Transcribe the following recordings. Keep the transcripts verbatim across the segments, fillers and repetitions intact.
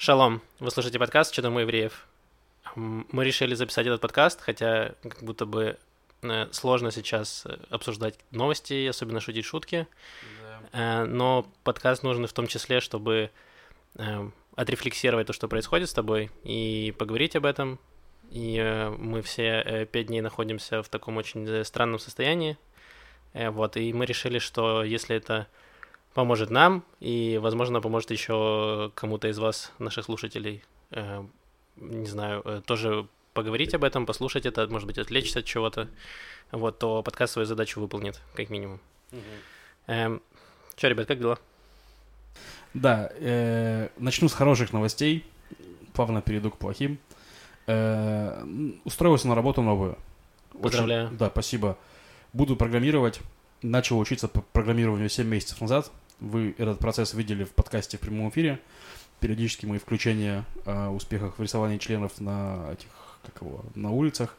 Шалом, вы слушаете подкаст «Что там у евреев?». Мы решили записать этот подкаст, хотя как будто бы сложно сейчас обсуждать новости, особенно шутить шутки, да. Но подкаст нужен в том числе, чтобы отрефлексировать то, что происходит с тобой, и поговорить об этом. И мы все пять дней находимся в таком очень странном состоянии, вот, и мы решили, что если это поможет нам, и, возможно, поможет еще кому-то из вас, наших слушателей, э, не знаю, э, тоже поговорить об этом, послушать это, может быть, отвлечься от чего-то, вот, то подкаст свою задачу выполнит, как минимум. Mm-hmm. Э, Че, ребят, как дела? Да, э, начну с хороших новостей, плавно перейду к плохим. Э, устроился на работу новую. Поздравляю. Очень, да, спасибо. Буду программировать. Начал учиться по программированию семь месяцев назад. Вы этот процесс видели в подкасте в прямом эфире. Периодически мои включения о успехах в рисовании членов на этих, как его, на улицах.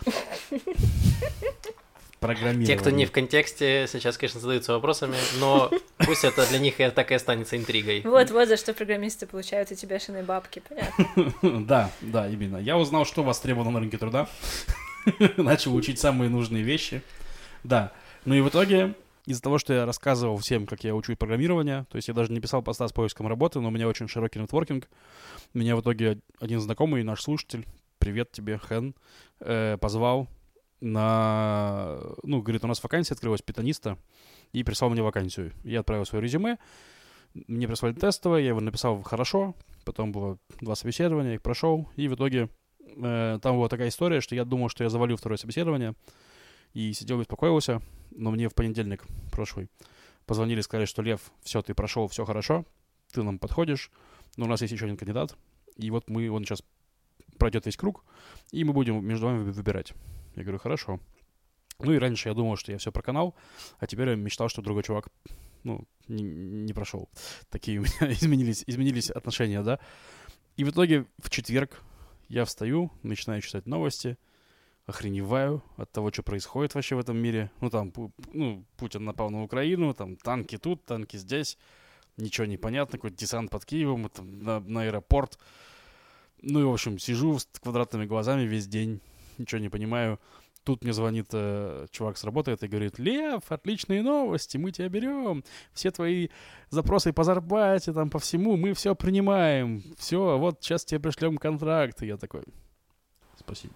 Программирование. Те, кто не в контексте, сейчас, конечно, задаются вопросами, но пусть это для них так и останется интригой. Вот, вот за что программисты получают эти бешеные бабки, понятно? Да, да, именно. Я узнал, что востребовано на рынке труда. Начал учить самые нужные вещи. Да. Ну и в итоге, из-за того, что я рассказывал всем, как я учу программирование, то есть я даже не писал поста с поиском работы, но у меня очень широкий нетворкинг, меня в итоге один знакомый, наш слушатель, привет тебе, Хэн, э, позвал на... Ну, говорит, у нас вакансия открылась, питониста, и прислал мне вакансию. Я отправил свое резюме, мне прислали тестовое, я его написал хорошо, потом было два собеседования, их прошел, и в итоге э, там была такая история, что я думал, что я завалю второе собеседование, и сидел, беспокоился, но мне в понедельник прошлый позвонили, сказали, что Лев, все, ты прошел, все хорошо, ты нам подходишь, но у нас есть еще один кандидат, и вот мы, он сейчас пройдет весь круг, и мы будем между вами выбирать. Я говорю, хорошо. Ну и раньше я думал, что я все проканал, а теперь я мечтал, что другой чувак, ну, не, не прошел. Такие у меня изменились, изменились отношения, да. И в итоге в четверг я встаю, начинаю читать новости, охреневаю от того, что происходит вообще в этом мире. Ну, там, ну, Путин напал на Украину, там, танки тут, танки здесь. Ничего не понятно, какой-то десант под Киевом, там, на, на аэропорт. Ну, и, в общем, сижу с квадратными глазами весь день, ничего не понимаю. Тут мне звонит э, чувак с работы и говорит: Лев, отличные новости, мы тебя берем. Все твои запросы по зарплате, там, по всему, мы все принимаем. Все, вот сейчас тебе пришлем контракт. И я такой: спасибо.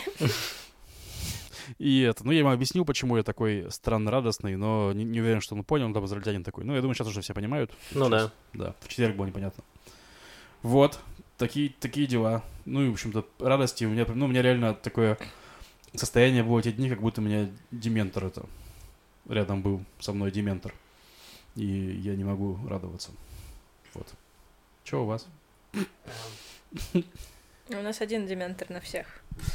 И это, ну, я ему объяснил, почему я такой странно радостный, но не, не уверен, что он понял, он там израильтянин такой. Ну, я думаю, сейчас уже все понимают. Ну сейчас, да. Да, в четверг было непонятно. Вот, такие, такие дела. Ну, и, в общем-то, радости у меня, ну, у меня реально такое состояние было эти дни, как будто у меня дементор это. Рядом был со мной дементор. И я не могу радоваться. Вот. Че у вас? У нас один дементор на всех.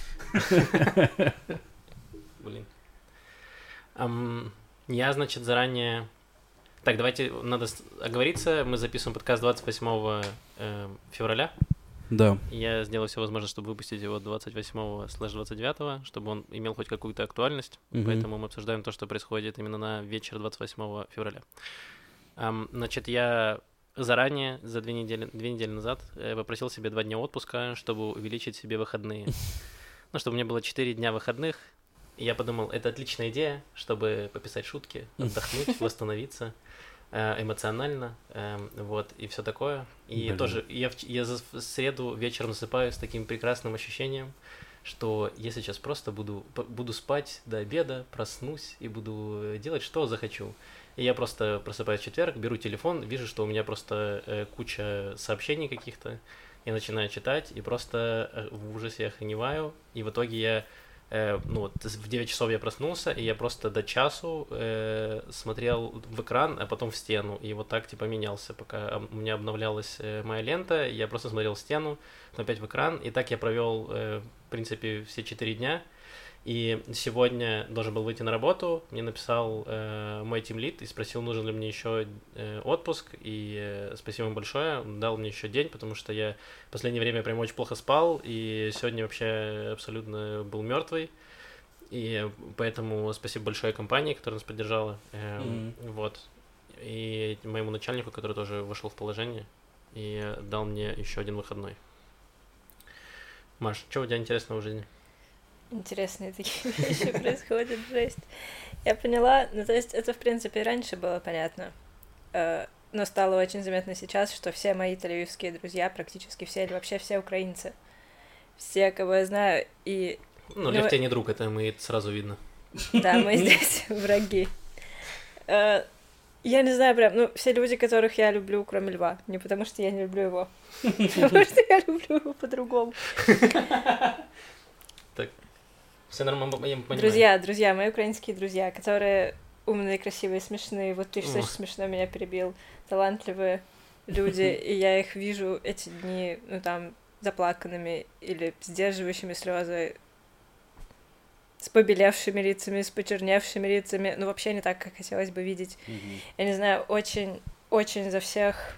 Блин. Um, я, значит, заранее... Так, давайте, надо оговориться. Мы записываем подкаст двадцать восьмого э, февраля. Да. Я сделаю все возможное, чтобы выпустить его двадцать восьмого слэш двадцать девятого, чтобы он имел хоть какую-то актуальность. Mm-hmm. Поэтому мы обсуждаем то, что происходит именно на вечер двадцать восьмого февраля. Um, значит, я заранее, за две недели, две недели назад, э, попросил себе два дня отпуска, чтобы увеличить себе выходные. Ну, чтобы у меня было четыре дня выходных. И я подумал, это отличная идея, чтобы пописать шутки, отдохнуть, восстановиться э, эмоционально, э, вот, и все такое. И Блин. тоже я в, я за в среду вечером засыпаю с таким прекрасным ощущением, что я сейчас просто буду, буду спать до обеда, проснусь и буду делать, что захочу. И я просто просыпаюсь в четверг, беру телефон, вижу, что у меня просто э, куча сообщений каких-то, я начинаю читать, и просто в ужасе охреневаю, и в итоге я... Ну вот в девять часов я проснулся, и я просто до часу э, смотрел в экран, а потом в стену, и вот так типа менялся, пока у меня обновлялась э, моя лента, я просто смотрел в стену, потом опять в экран, и так я провел, э, в принципе, все четыре дня. И сегодня должен был выйти на работу, мне написал э, мой тимлид и спросил, нужен ли мне еще э, отпуск, и э, спасибо ему большое, он дал мне еще день, потому что я в последнее время прям очень плохо спал, и сегодня вообще абсолютно был мертвый, и поэтому спасибо большое компании, которая нас поддержала, э, mm-hmm. вот, и моему начальнику, который тоже вошел в положение. и дал мне еще один выходной. Маш, что у тебя интересного в жизни? Интересные такие вещи происходят, жесть. Я поняла, ну то есть это в принципе и раньше было понятно, э, но стало очень заметно сейчас, что все мои тель-авивские друзья, практически все, или вообще все украинцы, все, кого я знаю, и... Ну, Лев тебе не друг, это мы сразу видно. Да, мы здесь враги. Э, я не знаю прям, ну, все люди, которых я люблю, кроме Льва, не потому что я не люблю его, потому что я люблю его по-другому. Все нормально, я понимаю. Друзья, друзья, мои украинские друзья, которые умные, красивые, смешные. Вот ты, что смешно меня перебил. Талантливые люди, и я их вижу эти дни, ну, там, заплаканными или сдерживающими слезы, с побелевшими лицами, с почерневшими лицами. Ну, вообще не так, как хотелось бы видеть. Mm-hmm. Я не знаю, очень, очень за всех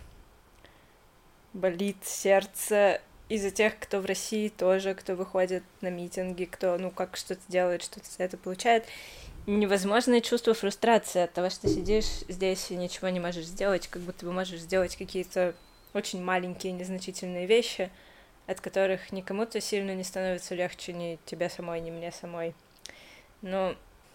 болит сердце. И за тех, кто в России тоже, кто выходит на митинги, кто, ну, как что-то делает, что-то за это получает. Невозможное чувство фрустрации от того, что сидишь здесь и ничего не можешь сделать, как будто бы можешь сделать какие-то очень маленькие, незначительные вещи, от которых ни кому-то сильно не становится легче, ни тебе самой, ни мне самой. Ну,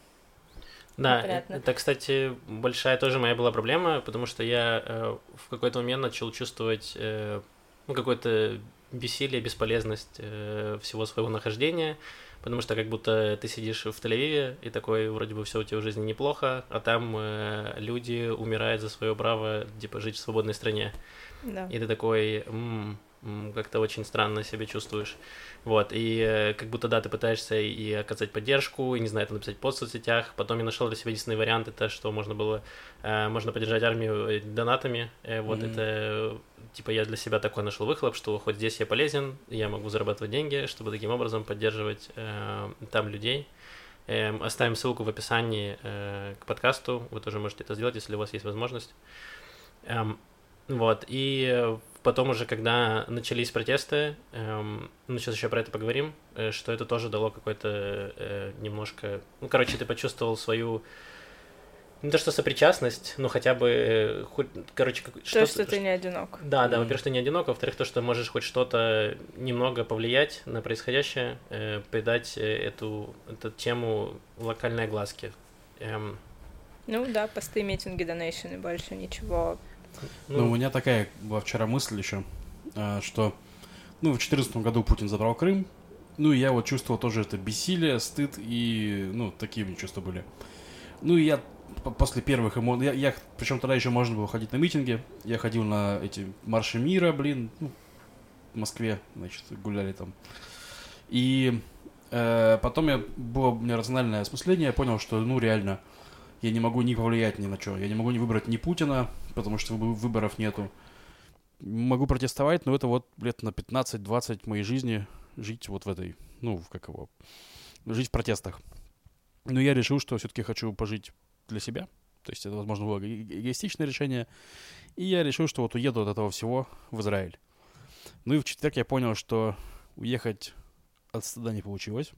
да, непонятно. Это, кстати, большая тоже моя была проблема, потому что я э, в какой-то момент начал чувствовать э, ну, какой-то бессилие, бесполезность э, всего своего нахождения, потому что как будто ты сидишь в Тель-Авиве, и такой, вроде бы, все у тебя в жизни неплохо, а там э, люди умирают за свое право, типа, жить в свободной стране. Да. И ты такой, м-м, м-м, как-то очень странно себя чувствуешь. Вот, и э, как будто, да, ты пытаешься и оказать поддержку, и, не знаю, это написать пост в соцсетях. Потом я нашел для себя единственный вариант, это что можно было, э, можно поддержать армию донатами. Э, вот mm-hmm. это, типа, я для себя такой нашел выхлоп, что хоть здесь я полезен, я могу зарабатывать деньги, чтобы таким образом поддерживать э, там людей. Э, оставим ссылку в описании э, к подкасту, вы тоже можете это сделать, если у вас есть возможность. Э, вот, и потом уже, когда начались протесты, эм, ну, сейчас еще про это поговорим, э, что это тоже дало какой-то э, немножко... Ну, короче, ты почувствовал свою... Не то, что сопричастность, но хотя бы... Э, хоть, короче, как... То, что, что ты не одинок. Да, да, mm-hmm. во-первых, ты не одинок, во-вторых, то, что можешь хоть что-то немного повлиять на происходящее, э, придать эту, эту тему локальной огласке. Эм... Ну да, посты, митинги, донейшены, больше ничего... Ну, ну, у меня такая была вчера мысль еще, что, ну, в две тысячи четырнадцатом году Путин забрал Крым, ну, и я вот чувствовал тоже это бессилие, стыд и, ну, такие у меня чувства были. Ну, и я после первых эмоций, я, я причем тогда еще можно было ходить на митинги, я ходил на эти марши мира, блин, ну, в Москве, значит, гуляли там. И э, потом я, было у меня рациональное осмысление, я понял, что, ну, реально... Я не могу ни повлиять ни на что. Я не могу не выбрать ни Путина, потому что выборов нету. Могу протестовать, но это вот лет на пятнадцать-двадцать моей жизни жить вот в этой, ну, как его, жить в протестах. Но я решил, что все-таки хочу пожить для себя. То есть это, возможно, было эгоистичное решение. И я решил, что вот уеду от этого всего в Израиль. Ну и в четверг я понял, что уехать от стыда не получилось.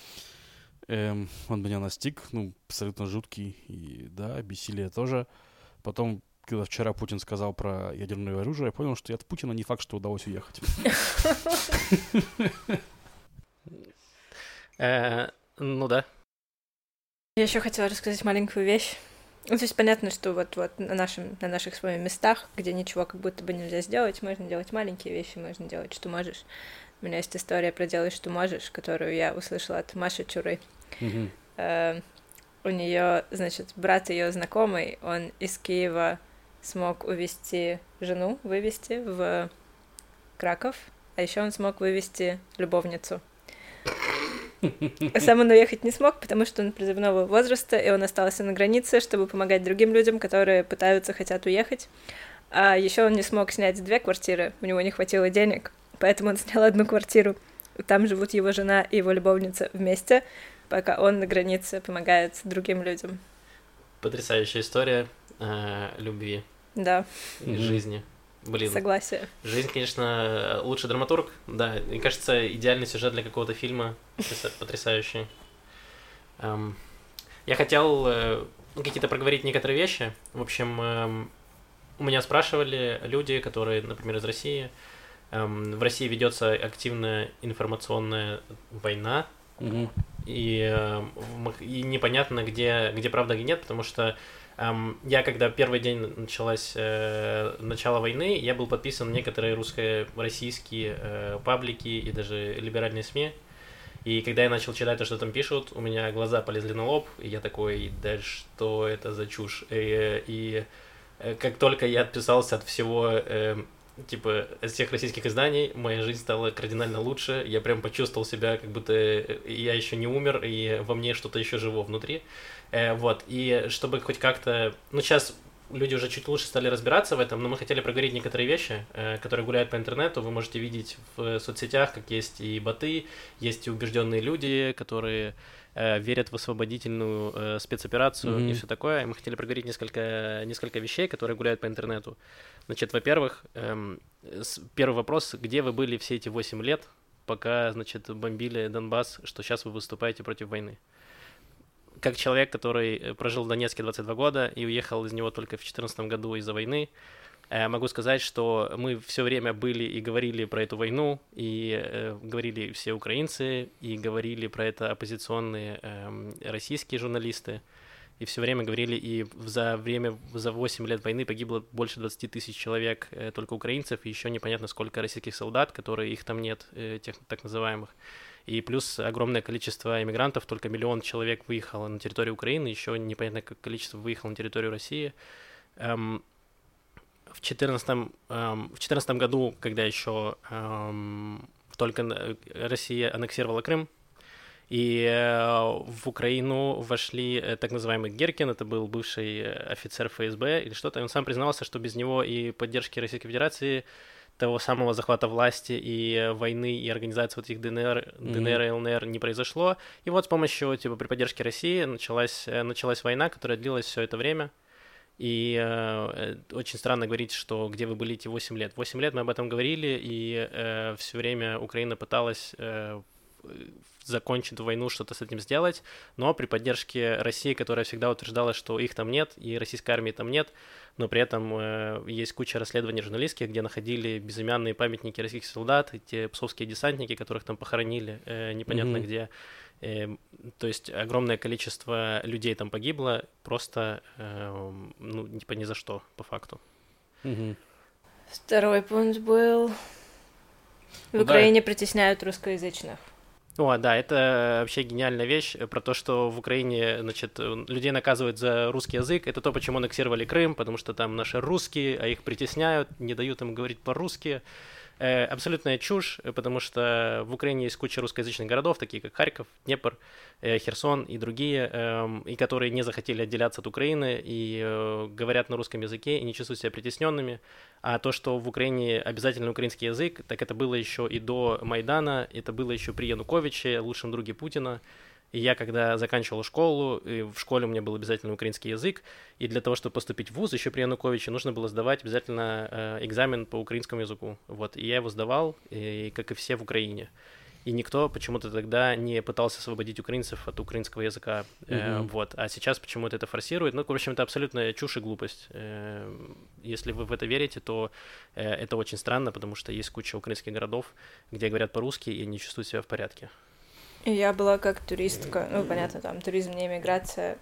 Эм, он меня настиг, ну, абсолютно жуткий, и да, бессилие тоже. Потом, когда вчера Путин сказал про ядерное оружие, я понял, что от Путина не факт, что удалось уехать. Ну да. Я еще хотела рассказать маленькую вещь. Ну, то есть понятно, что вот, вот на, нашем, на наших с вами местах, где ничего как будто бы нельзя сделать, можно делать маленькие вещи, можно делать, что можешь. У меня есть история про «Делай, что можешь», которую я услышала от Маши Чуры. Mm-hmm. Uh, у нее, значит, брат ее знакомый, он из Киева смог увезти жену, вывести в Краков, а еще он смог вывести любовницу. Сам он уехать не смог, потому что он призывного возраста, и он остался на границе, чтобы помогать другим людям, которые пытаются, хотят уехать. А еще он не смог снять две квартиры, у него не хватило денег. Поэтому он снял одну квартиру. Там живут его жена и его любовница вместе, пока он на границе помогает другим людям. Потрясающая история э, любви. Да. И жизни. Блин. Согласие. Жизнь, конечно, лучший драматург. Да, мне кажется, идеальный сюжет для какого-то фильма. Потрясающий. Эм, я хотел э, какие-то проговорить некоторые вещи. В общем, эм, у меня спрашивали люди, которые, например, из России. Эм, в России ведется активная информационная война, Угу. и, э, и непонятно, где, где правда, где нет, потому что эм, я, когда первый день началась э, начало войны, я был подписан на некоторые русско-российские э, паблики и даже либеральные СМИ. И когда я начал читать то, что там пишут, у меня глаза полезли на лоб, и я такой, да что это за чушь? И, и как только я отписался от всего, э, типа, от всех российских изданий, моя жизнь стала кардинально лучше. Я прям почувствовал себя, как будто я еще не умер, и во мне что-то еще живо внутри. Э, вот, и чтобы хоть как-то... Ну, сейчас люди уже чуть лучше стали разбираться в этом, но мы хотели проговорить некоторые вещи, э, которые гуляют по интернету. Вы можете видеть в соцсетях, как есть и боты, есть и убежденные люди, которые э, верят в освободительную э, спецоперацию mm-hmm. и все такое. И мы хотели проговорить несколько, несколько вещей, которые гуляют по интернету. Значит, во-первых, эм, первый вопрос: где вы были все эти восемь лет, пока, значит, бомбили Донбасс, что сейчас вы выступаете против войны? Как человек, который прожил в Донецке двадцать два года и уехал из него только в две тысячи четырнадцатом году из-за войны, могу сказать, что мы все время были и говорили про эту войну, и э, говорили все украинцы, и говорили про это оппозиционные э, российские журналисты, и все время говорили, и за время, за восемь лет войны погибло больше двадцать тысяч человек э, только украинцев, и еще непонятно сколько российских солдат, которые их там нет, э, тех так называемых. И плюс огромное количество иммигрантов, только миллион человек выехало на территорию Украины, еще непонятное количество выехало на территорию России. Эм, в две тысячи четырнадцатом году, когда еще эм, только Россия аннексировала Крым, и э, в Украину вошли э, так называемый Геркин, это был бывший офицер эф эс бэ или что-то, и он сам признался, что без него и поддержки Российской Федерации, того самого захвата власти и войны, и организации вот этих ДНР, ДНР и ЛНР не произошло. И вот с помощью, типа, при поддержке России началась, началась война, которая длилась все это время. И э, очень странно говорить, что где вы были эти восемь лет. восемь лет мы об этом говорили, и э, все время Украина пыталась э, закончить эту войну, что-то с этим сделать, но при поддержке России, которая всегда утверждала, что их там нет, и российской армии там нет, но при этом э, есть куча расследований журналистских, где находили безымянные памятники российских солдат, те псовские десантники, которых там похоронили э, непонятно mm-hmm. где. Э, то есть огромное количество людей там погибло, просто э, ну, типа ни за что, по факту. Mm-hmm. Второй пункт был... В ну, Украине да. притесняют русскоязычных. О, да, это вообще гениальная вещь про то, что в Украине, значит, людей наказывают за русский язык. Это то, почему аннексировали Крым, потому что там наши русские, а их притесняют, не дают им говорить по-русски. Э, абсолютная чушь, потому что в Украине есть куча русскоязычных городов, такие как Харьков, Днепр, э, Херсон и другие, э, и которые не захотели отделяться от Украины и э, говорят на русском языке и не чувствуют себя притесненными. А то, что в Украине обязательно украинский язык, так это было еще и до Майдана, это было еще при Януковиче, лучшем друге Путина. И я, когда заканчивал школу, и в школе у меня был обязательно украинский язык, и для того, чтобы поступить в вуз, еще при Януковиче, нужно было сдавать обязательно э, экзамен по украинскому языку. Вот, и я его сдавал, и, как и все в Украине. И никто почему-то тогда не пытался освободить украинцев от украинского языка. Mm-hmm. Э, вот. А сейчас почему-то это форсирует. Ну, в общем, это абсолютная чушь и глупость. Э, если вы в это верите, то э, это очень странно, потому что есть куча украинских городов, где говорят по-русски и не чувствуют себя в порядке. Я была как туристка, ну, понятно, там, туризм, не иммиграция.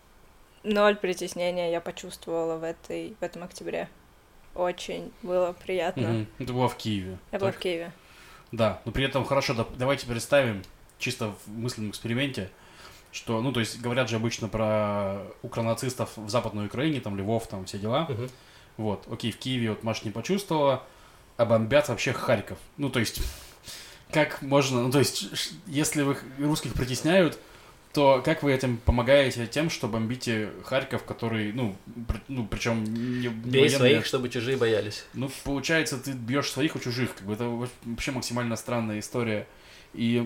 Ноль притеснения я почувствовала в, этой, в этом октябре. Очень было приятно. Mm-hmm. Это было в Киеве. Я так? была в Киеве. Да, но при этом хорошо, да, давайте представим, чисто в мысленном эксперименте, что, ну, то есть, говорят же обычно про укронацистов в Западной Украине, там, Львов, там, все дела. Uh-huh. Вот, окей, в Киеве вот Маша не почувствовала, а бомбят вообще Харьков. Ну, то есть... Как можно, ну то есть, если вы русских притесняют, то как вы этим помогаете тем, что бомбите Харьков, который, ну, при, ну причем не, не Бей военные... своих, чтобы чужие боялись. Ну, получается, ты бьешь своих у чужих, как бы это вообще максимально странная история. И,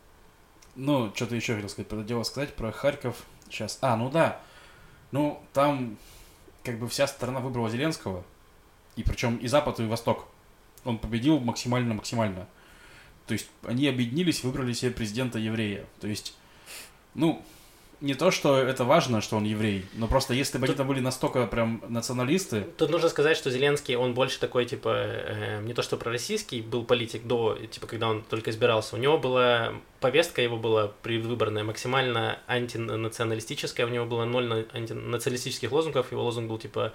ну, что-то еще хотел сказать, про это дело сказать, про Харьков сейчас. А, ну да, ну, там, как бы вся страна выбрала Зеленского, и причем и Запад, и Восток. Он победил максимально-максимально. То есть они объединились, выбрали себе президента-еврея. То есть, ну, не то, что это важно, что он еврей, но просто если бы Тут... они там были настолько прям националисты... Тут нужно сказать, что Зеленский, он больше такой, типа, э, не то что пророссийский был политик до, типа, когда он только избирался. У него была повестка, его была предвыборная, максимально антинационалистическая, у него было ноль антинационалистических лозунгов, его лозунг был, типа,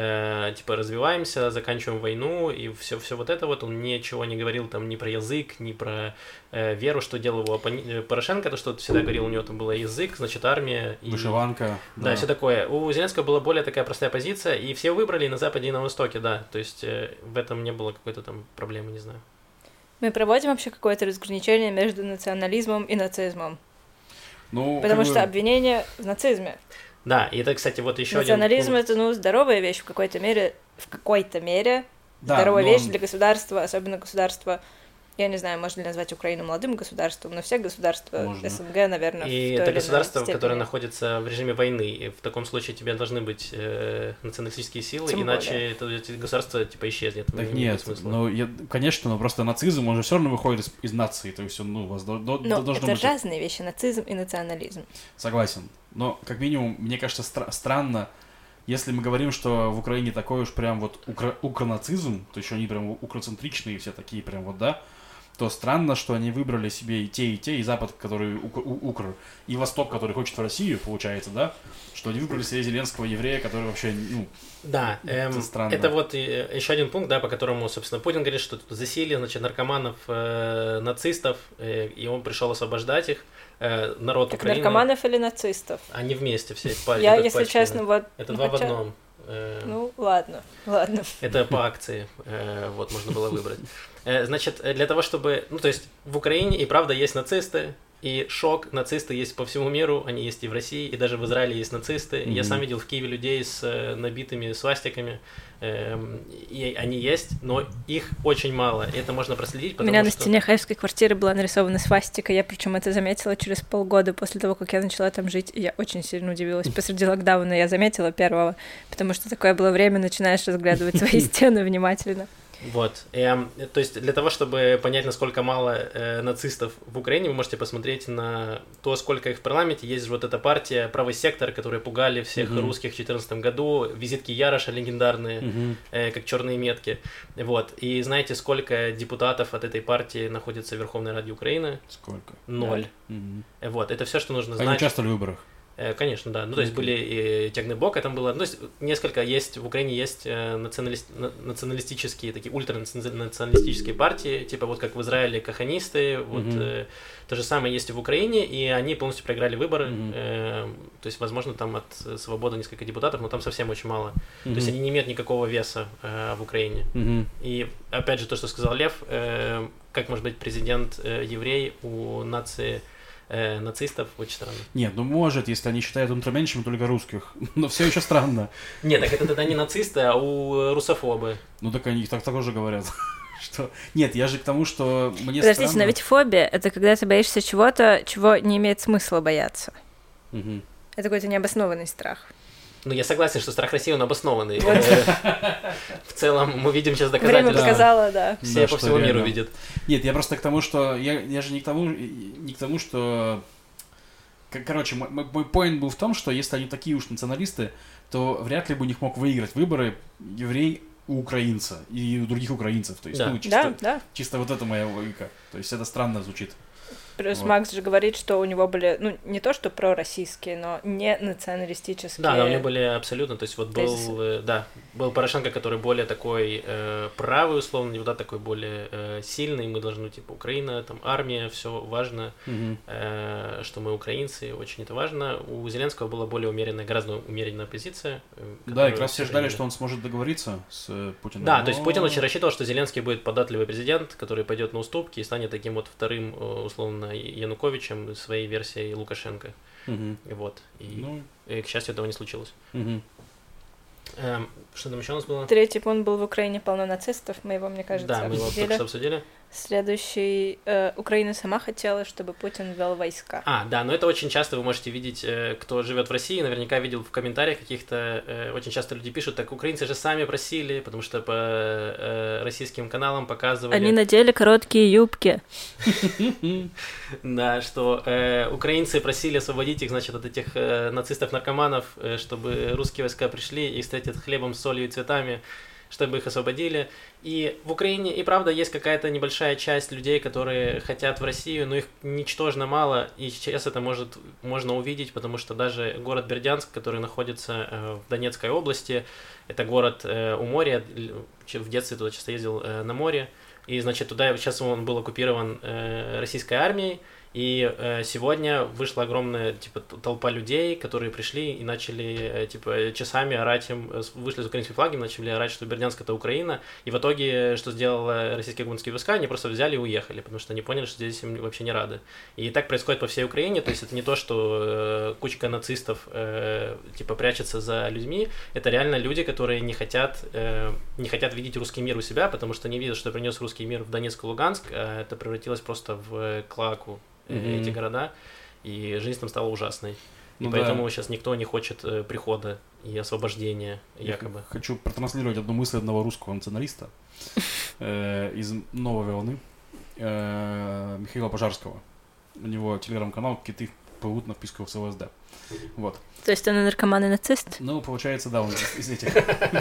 э, типа развиваемся, заканчиваем войну, и все, все вот это вот, он ничего не говорил там ни про язык, ни про э, веру, что делал его оппони... Порошенко, то, что всегда говорил, у него там был язык, значит, армия. И... Вышиванка. Да, да, все такое. У Зеленского была более такая простая позиция, и все выбрали и на Западе, и на Востоке, да, то есть э, в этом не было какой-то там проблемы, не знаю. Мы проводим вообще какое-то разграничение между национализмом и нацизмом? Ну, Потому как что бы... обвинение в нацизме. Да, и это, кстати, вот еще Национализм один... это, ну, здоровая вещь в какой-то мере, в какой-то мере. Да, здоровая но вещь он... для государства, особенно государства. Я не знаю, можно ли назвать Украину молодым государством, но все государства Можно. СНГ, наверное, И в той это или государство, иной степени. которое находится в режиме войны, и в таком случае тебе должны быть э, националистические силы, Тем иначе более. это, это государство типа исчезнет. Так не нет, будет смысла. ну, я, конечно, но просто нацизм, он же все равно выходит из, из нации, то есть он, ну, у вас до, до, Но должно это быть... разные вещи, нацизм и национализм. Согласен, но, как минимум, мне кажется, стра- странно, если мы говорим, что в Украине такой уж прям вот укро- укронацизм, то есть они прям укроцентричные все такие прям вот, да, то странно, что они выбрали себе и те, и те, и Запад, который ук- у- укр, и Восток, который хочет в Россию, получается, да, что они выбрали себе Зеленского еврея, который вообще, ну, Да, эм, это странно. это вот э, еще один пункт, да, по которому, собственно, Путин говорит, что тут засилие, значит, наркоманов, э, нацистов, э, и он пришел освобождать их. Э, народ Так Украины... наркоманов или нацистов? Они вместе все. По, Я, идут если пачками. честно, вот... Это ну, два хотя- в одном. Э, Ну, ладно, ладно. Это по акции, э, вот, можно было выбрать. Э, Значит, э, для того, чтобы... Ну, то есть, в Украине и правда есть нацисты, и шок, нацисты есть по всему миру, они есть и в России, и даже в Израиле есть нацисты. Mm-hmm. Я сам видел в Киеве людей с э, набитыми свастиками, эм, и они есть, но их очень мало, и это можно проследить, У потому меня на что... стене хаевской квартиры была нарисована свастика, я причем это заметила через полгода после того, как я начала там жить, и я очень сильно удивилась. Посреди локдауна я заметила первого, потому что такое было время, начинаешь разглядывать свои стены внимательно. Вот, эм, то есть для того, чтобы понять, насколько мало э, нацистов в Украине, вы можете посмотреть на то, сколько их в парламенте. Есть же вот эта партия «Правый сектор», которые пугали всех Мгм. русских в две тысячи четырнадцатом году, визитки Яроша легендарные, Мгм. э, как черные метки. Вот, и знаете, сколько депутатов от этой партии находится в Верховной Раде Украины? Сколько? Ноль. Мгм. Э, Вот, это все, что нужно Они знать. участвовали в выборах. Э, Конечно, да. Ну, то есть Окей. были и Тягнебока там было. Ну, то есть несколько есть, в Украине есть э, националист, на- националистические, такие ультранационалистические партии, типа вот как в Израиле каханисты, вот Мгм. э, то же самое есть и в Украине, и они полностью проиграли выборы. Мгм. Э, то есть, возможно, там от Свободы несколько депутатов, но там совсем очень мало. То есть Мгм. они не имеют никакого веса э, в Украине. Мгм. И опять же, то, что сказал Лев, э, как может быть президент э, еврей у нации э, нацистов, очень странно. Нет, ну может, если они считают ультраменьшим только русских. Но все еще странно. Нет, так это тогда не нацисты, а у русофобы. Ну так они так тоже говорят. Что... Нет, я же к тому, что мне Подождите, странно... но ведь фобия — это когда ты боишься чего-то, чего не имеет смысла бояться. Мгм. Это какой-то необоснованный страх. Ну, я согласен, что страх России, он обоснованный. Вот. Э, В целом, мы видим сейчас Время доказательства. показало, да. Все Да, по что всему миру реально. видят. Нет, я просто к тому, что... Я, я же не к тому, не к тому, что... К- Короче, мой, мой мой point был в том, что если они такие уж националисты, то вряд ли бы у них мог выиграть выборы еврей у украинца и у других украинцев. То есть, Да. ну, чисто, Да, да. чисто вот это моя логика. То есть это странно звучит. Плюс Вот. Макс же говорит, что у него были, ну, не то что пророссийские, но не националистические. Да, да, у него были абсолютно, то есть вот был, Тезисы. э, да, был Порошенко, который более такой э, правый, условно, депутат такой более э, сильный, мы должны, типа, Украина, там, армия, все важно, Мгм. э, что мы украинцы, очень это важно. У Зеленского была более умеренная, гораздо умеренная позиция. э, Да, и которую как раз все ждали, приняли. что он сможет договориться с э, Путиным. Да, то есть Но- Путин очень рассчитывал, что Зеленский будет податливый президент, который пойдет на уступки и станет таким вот вторым, э, условно, Януковичем своей версией Лукашенко. Мгм. Вот. И, Ну, и, к счастью, этого не случилось. мгм. Эм, что там еще у нас было? Третий пункт был в Украине полно нацистов, мы его, мне кажется, Да, мы его только обсудили. что обсудили. Следующий. Э, Украина сама хотела, чтобы Путин ввел войска. А, да, но это очень часто вы можете видеть, э, кто живет в России, наверняка видел в комментариях каких-то, э, очень часто люди пишут, так украинцы же сами просили, потому что по э, российским каналам показывали... Они надели короткие юбки. Да, что э, украинцы просили освободить их, значит, от этих э, нацистов-наркоманов, э, чтобы русские войска пришли и встретят хлебом, солью и цветами, чтобы их освободили. И в Украине и правда есть какая-то небольшая часть людей, которые хотят в Россию, но их ничтожно мало, и сейчас это может, можно увидеть, потому что даже город Бердянск, который находится э, в Донецкой области, это город э, у моря, в детстве туда часто ездил э, на море, и, значит, туда сейчас он был оккупирован э, российской армией, и э, сегодня вышла огромная, типа, толпа людей, которые пришли и начали, э, типа, часами орать им, вышли с украинским флагом, начали орать, что Бердянск — это Украина, и в итоге, что сделали российские оккупантские войска, они просто взяли и уехали, потому что они поняли, что здесь им вообще не рады. И так происходит по всей Украине, то есть это не то, что э, кучка нацистов, э, типа, прячется за людьми, это реально люди, которые не хотят, э, не хотят видеть русский мир у себя, потому что они видят, что принес русский мир в Донецк и Луганск, а это превратилось просто в клаку. Mm-hmm. Эти города, и жизнь там стала ужасной. Ну, и поэтому да. Сейчас никто не хочет э, прихода и освобождения, якобы. Я хочу протранслировать одну мысль одного русского националиста э, из «Новой волны», э, Михаила Пожарского. У него телеграм-канал «Киты плывут на вписку в СВСД». Вот. То есть он и наркоман, и нацист? Ну, получается, да, он из этих.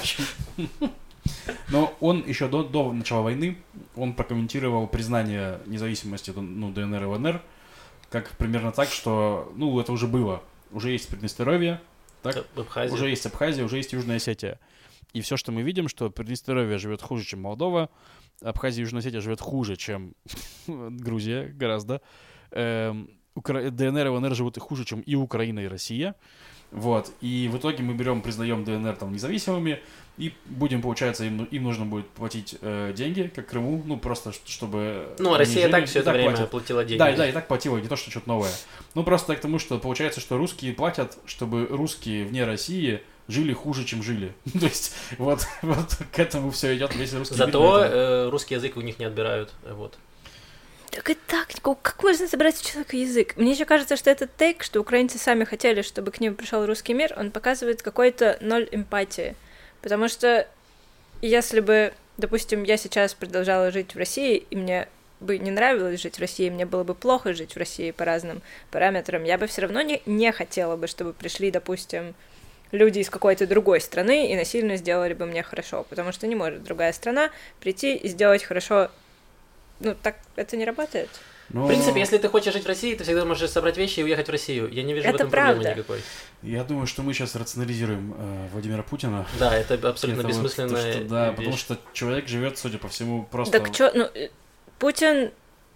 Но он еще до, до начала войны, он прокомментировал признание независимости, ну, ДНР и ЛНР, как примерно так, что, ну, это уже было. Уже есть Приднестровье, так? Абхазия. Уже есть Абхазия, уже есть Южная Осетия. И все, что мы видим, что Приднестровье живет хуже, чем Молдова, Абхазия и Южная Осетия живет хуже, чем Грузия, гораздо. Эм, Укра... ДНР и ЛНР живут и хуже, чем и Украина, и Россия. Вот. И в итоге мы берем, признаем ДНР там независимыми, и будем, получается, им, им нужно будет платить э, деньги, как Крыму, ну, просто чтобы... Ну, а Россия жили, так все это время платят. Платила деньги. Да, да, и так платила, не то, что что-то новое. Ну, просто к тому, что получается, что русские платят, чтобы русские вне России жили хуже, чем жили. То есть, вот, вот к этому все идет, весь русский язык. Зато э, русский язык у них не отбирают, вот. Так и так, как можно забрать у человека язык? Мне еще кажется, что этот тейк, что украинцы сами хотели, чтобы к ним пришел русский мир, он показывает какой-то ноль эмпатии. Потому что если бы, допустим, я сейчас продолжала жить в России, и мне бы не нравилось жить в России, мне было бы плохо жить в России по разным параметрам, я бы все равно не, не хотела бы, чтобы пришли, допустим, люди из какой-то другой страны и насильно сделали бы мне хорошо, потому что не может другая страна прийти и сделать хорошо. Ну, так это не работает. Но... В принципе, если ты хочешь жить в России, ты всегда можешь собрать вещи и уехать в Россию. Я не вижу это в этом правда. проблемы никакой. Я думаю, что мы сейчас рационализируем э, Владимира Путина. Да, это абсолютно это бессмысленная вот, что, Да, вещь. потому что человек живет, судя по всему, просто... Так что, ну, Путин...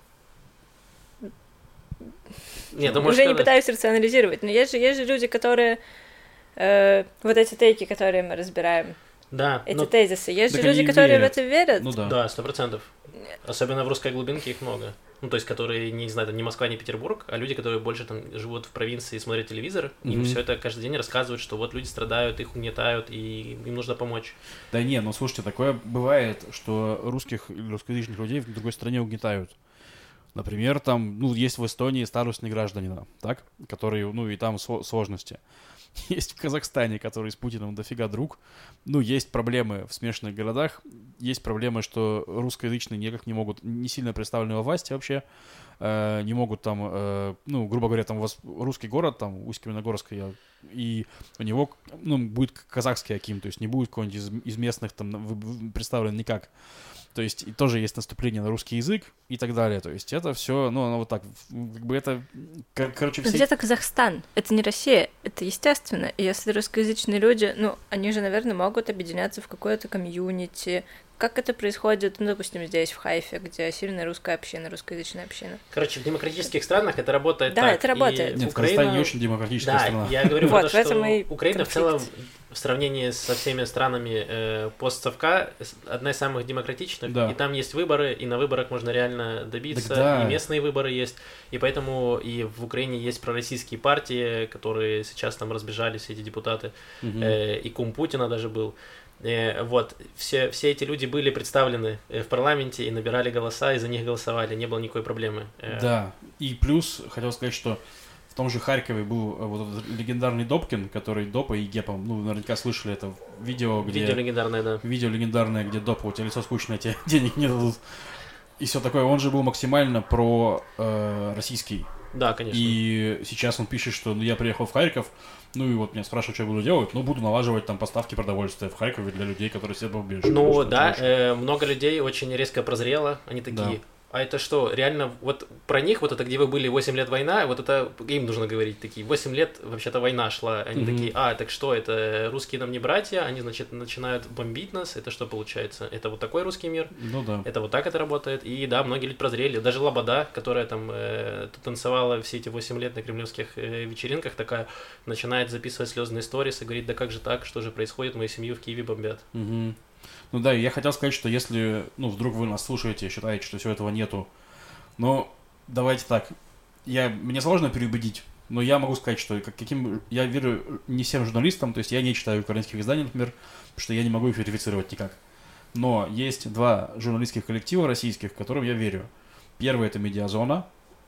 Нет, Уже можешь не пытаюсь рационализировать, но есть же, есть же люди, которые... Э, вот эти тейки, которые мы разбираем. Да. Эти ну... тезисы. Есть так же люди, которые верят. в это верят. Ну да. Да, сто процентов. Особенно в русской глубинке их много. Ну, то есть, которые, не знаю, не Москва, не Петербург, а люди, которые больше там живут в провинции и смотрят телевизор, mm-hmm. им все это каждый день рассказывают, что вот люди страдают, их угнетают, и им нужно помочь. Да не, ну слушайте, такое бывает, что русских или русскоязычных людей в другой стране угнетают. Например, там, ну, есть в Эстонии статусные граждане, так, которые, ну, и там сложности. Есть в Казахстане, который с Путиным дофига друг. Ну, есть проблемы в смешанных городах. Есть проблемы, что русскоязычные никак не могут, не сильно представлены во власти вообще. Э, не могут там, э, ну, грубо говоря, там у вас русский город, там, Усть-Каменогорск, и у него, ну, будет казахский аким, то есть не будет какой-нибудь из, из местных там представлен никак. То есть и тоже есть наступление на русский язык и так далее. То есть это все, ну, оно вот так, как бы это, кор- короче, все... Где-то Казахстан, это не Россия, это естественно. И если русскоязычные люди, ну, они же, наверное, могут объединяться в какое-то комьюнити. Как это происходит, ну, допустим, здесь, в Хайфе, где сильная русская община, русскоязычная община? Короче, в демократических странах это работает да, так. Да, это работает. И Нет, Украина... Казахстан не очень демократическая да, страна. я говорю вот, про то, что и Украина конфликт. в целом, в сравнении со всеми странами э, постсовка, одна из самых демократичных, да. И там есть выборы, и на выборах можно реально добиться, да. и местные выборы есть, и поэтому и в Украине есть пророссийские партии, которые сейчас там разбежались, эти депутаты, угу. э, и кум Путина даже был. Э, вот, все, все эти люди были представлены в парламенте и набирали голоса, и за них голосовали, не было никакой проблемы. Да, и плюс, хотел сказать, что в том же Харькове был вот этот легендарный Добкин, который Допа и Гепа, ну, наверняка слышали это видео, где... Видео легендарное, да. Видео легендарное, где Допа, у тебя лицо скучное, тебе денег не дадут. И все такое. Он же был максимально про э, российский. Да, конечно. И сейчас он пишет, что ну, я приехал в Харьков, ну и вот меня спрашивают, что я буду делать, ну буду налаживать там поставки продовольствия в Харькове для людей, которые себе убежища. Ну да, э, много людей очень резко прозрело, они такие, да. А это что, реально, вот про них, вот это где вы были восемь лет война, вот это им нужно говорить, такие, восемь лет вообще-то война шла, они mm-hmm. такие, а, так что, это русские нам не братья, они, значит, начинают бомбить нас, это что получается? Это вот такой русский мир? Ну да. Это вот так это работает, и да, многие люди прозрели, даже Лобода, которая там э, танцевала все эти восемь лет на кремлевских э, вечеринках, такая, начинает записывать слезные сторисы, говорит, да как же так, что же происходит, мою семью в Киеве бомбят. Mm-hmm. Ну да, я хотел сказать, что если, ну, вдруг вы нас слушаете и считаете, что всего этого нету, но давайте так, я, мне сложно переубедить, но я могу сказать, что как, каким, я верю не всем журналистам, то есть я не читаю украинских изданий, например, потому что я не могу их верифицировать никак. Но есть два журналистских коллектива российских, которым я верю. Первый — это «Медиазона»,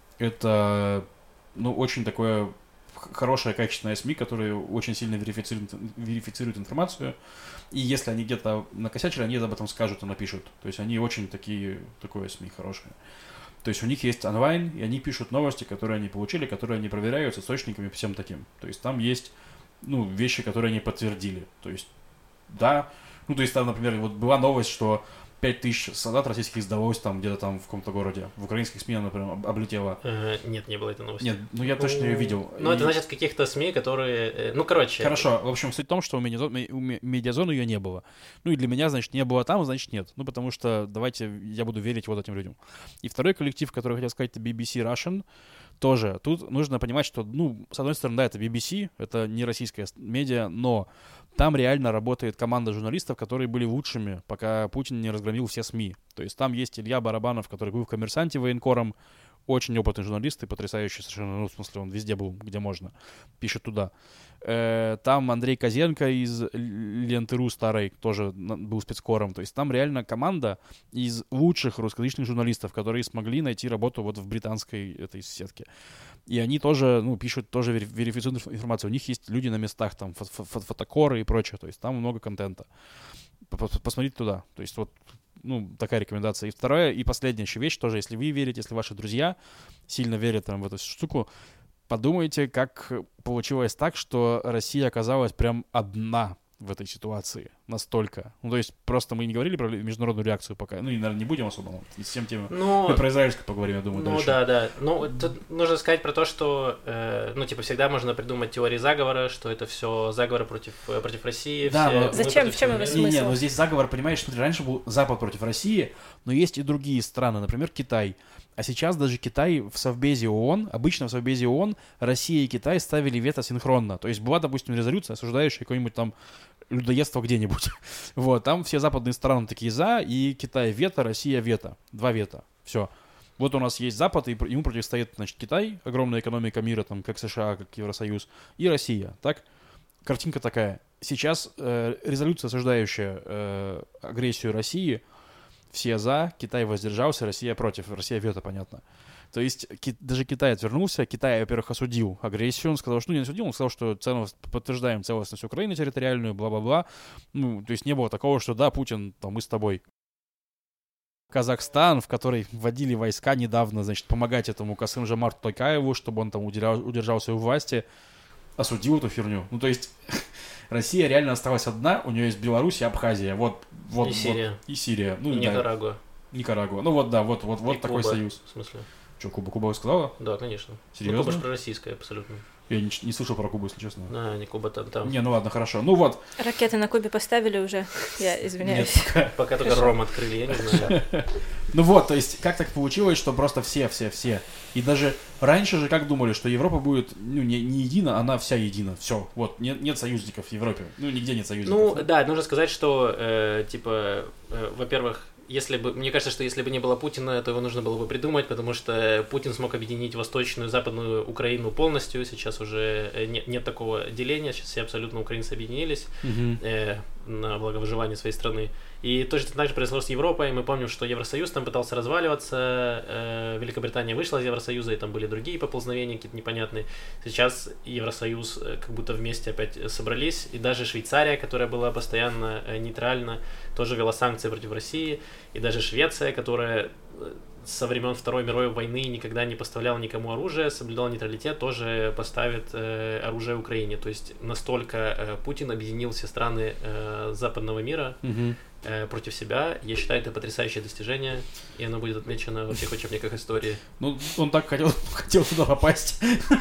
это, ну, очень такое хорошая, качественная СМИ, которые очень сильно верифицируют, верифицируют информацию, и если они где-то накосячили, они об этом скажут и напишут. То есть они очень такие, такое СМИ хорошее. То есть у них есть онлайн, и они пишут новости, которые они получили, которые они проверяют с источниками, всем таким. То есть там есть, ну, вещи, которые они подтвердили. То есть, да, ну, то есть там, например, вот была новость, что пять тысяч солдат российских сдалось там где-то там в каком-то городе. В украинских СМИ она, например, облетела. Э, нет, не было этой новости. Нет, ну я точно ее видел. Ну, и... это значит в каких-то СМИ, которые... Ну, короче... Хорошо, в общем, суть в том, что у медиазоны, у медиазоны ее не было. Ну, и для меня, значит, не было там, значит, нет. Ну, потому что давайте я буду верить вот этим людям. И второй коллектив, который я хотел сказать, это би би си Russian. Тоже. Тут нужно понимать, что, ну, с одной стороны, да, это би би си, это не российская медиа, но там реально работает команда журналистов, которые были лучшими, пока Путин не разгромил все СМИ. То есть там есть Илья Барабанов, который был в «Коммерсанте» военкором, очень опытный журналист и потрясающий совершенно, ну, в смысле, он везде был, где можно, пишет туда. Э, там Андрей Козенко из Ленты.ру старой тоже был спецкором. То есть там реально команда из лучших русскоязычных журналистов, которые смогли найти работу вот в британской этой сетке. И они тоже, ну, пишут, тоже верифицируют информацию. У них есть люди на местах, там, фо- фо- фотокоры и прочее. То есть там много контента. Посмотрите туда. То есть вот, ну, такая рекомендация. И вторая, и последняя еще вещь тоже, если вы верите, если ваши друзья сильно верят там, в эту штуку, подумайте, как получилось так, что Россия оказалась прям одна в этой ситуации. Настолько. Ну, то есть, просто мы не говорили про международную реакцию пока. Ну, и, наверное, не будем особо. И с всем тем... Ну, мы про израильскую поговорим, я думаю, ну, дальше. да, да. Ну, тут нужно сказать про то, что, э, ну, типа, всегда можно придумать теории заговора, что это все заговор против, против России. Да, все, но... Зачем? В чем его смысл? Не, не, но здесь заговор, понимаешь, смотри, раньше был Запад против России, но есть и другие страны, например, Китай. А сейчас даже Китай в Совбезе ООН, обычно в Совбезе ООН Россия и Китай ставили вето синхронно. То есть была, допустим, резолюция, осуждающая какое-нибудь там людоедство где-нибудь. Вот, там все западные страны такие за, и Китай вето, Россия вето. Два вето. Все. Вот у нас есть Запад, и ему противостоит, значит, Китай, огромная экономика мира, там, как США, как Евросоюз, и Россия. Так? Картинка такая. Сейчас э, резолюция, осуждающая э, агрессию России, все за, Китай воздержался, Россия против. Россия вето, понятно. То есть ки- даже Китай отвернулся. Китай, во-первых, осудил агрессию. Он сказал, что ну, не осудил, он сказал, что целостность, подтверждаем целостность Украины территориальную, бла-бла-бла. Ну, то есть не было такого, что да, Путин, там, мы с тобой. Казахстан, в который вводили войска недавно, значит, помогать этому Касым-Жомарту Токаеву, чтобы он там удержал, удержался у власти, осудил эту херню. Ну, то есть Россия реально осталась одна, у нее есть Беларусь и Абхазия. Вот, вот, И Сирия. Вот, и Сирия. Ну, и да, Никарагуа. Никарагуа. Ну вот, да, вот, вот, вот и такой Куба, союз. В смысле? Что, Куба? Куба вы сказала? Да, конечно. Серьезно? Ну, Куба же пророссийская, абсолютно. Я не, не слышал про Кубу, если честно. А, не Куба там. там. Не, ну ладно, хорошо. Ну вот. Ракеты на Кубе поставили уже? Я извиняюсь. Нет, пока. Пока только Ром открыли, я не знаю. Ну вот, то есть, как так получилось, что просто все, все, все. И даже раньше же как думали, что Европа будет, ну, не, не едина, она вся едина. Все, вот, нет, нет союзников в Европе. Ну, нигде нет союзников. Ну, да, нужно сказать, что, э, типа, э, во-первых, если бы, мне кажется, что если бы не было Путина, то его нужно было бы придумать, потому что Путин смог объединить восточную и западную Украину полностью. Сейчас уже нет, нет такого деления, сейчас все абсолютно украинцы объединились Мгм. э, на благо выживания своей страны. И точно так же произошло с Европой. Мы помним, что Евросоюз там пытался разваливаться, э, Великобритания вышла из Евросоюза, и там были другие поползновения какие-то непонятные. Сейчас Евросоюз э, как будто вместе опять собрались, и даже Швейцария, которая была постоянно э, нейтральна, тоже ввела санкции против России, и даже Швеция, которая э, со времен Второй мировой войны никогда не поставляла никому оружие, соблюдала нейтралитет, тоже поставит э, оружие Украине. То есть настолько э, Путин объединил все страны э, западного мира Мгм. э, против себя. Я считаю, это потрясающее достижение, и оно будет отмечено во всех учебниках истории. Ну, он так хотел, хотел туда попасть.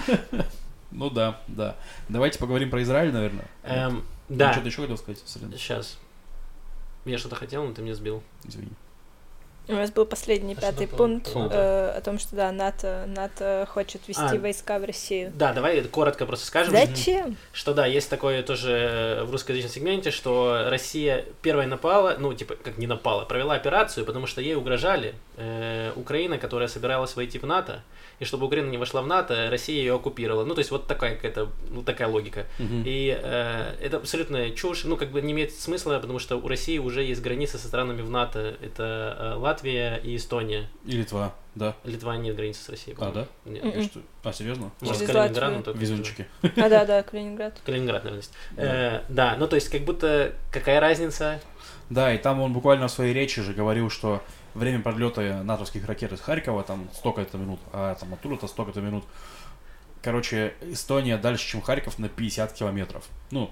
Ну да, да. Давайте поговорим про Израиль, наверное. Эм, Ты да, что-то еще хотел сказать, Сарина? сейчас. Я что-то хотел, но ты меня сбил. Извини. У нас был последний А пятый что пункт там? э, о том, что да, НАТО, НАТО хочет ввести А. войска в Россию. Да, давай коротко просто скажем. Зачем? Что да, есть такое тоже в русскоязычном сегменте, что Россия первой напала, ну, типа, как не напала, провела операцию, потому что ей угрожали э, Украина, которая собиралась войти в НАТО, и чтобы Украина не вошла в НАТО, Россия ее оккупировала. Ну, то есть вот такая какая-то, ну, такая логика. Мгм. И э, это абсолютная чушь, ну, как бы не имеет смысла, потому что у России уже есть границы со странами в НАТО. Это э, Латвия и Эстония. И Литва, да. Литва нет границы с Россией. А, да? Нет. Мгм. Что? А, серьезно? Может, с Через Калининградом Латвию. только. Везунчики. А, да, да, Калининград. Калининград, наверное, есть. Да. Э, да, ну то есть как будто какая разница? Да, и там он буквально в своей речи же говорил, что время подлета натовских ракет из Харькова там столько-то минут, а там оттуда-то столько-то минут. Короче, Эстония дальше, чем Харьков, на пятьдесят километров. Ну,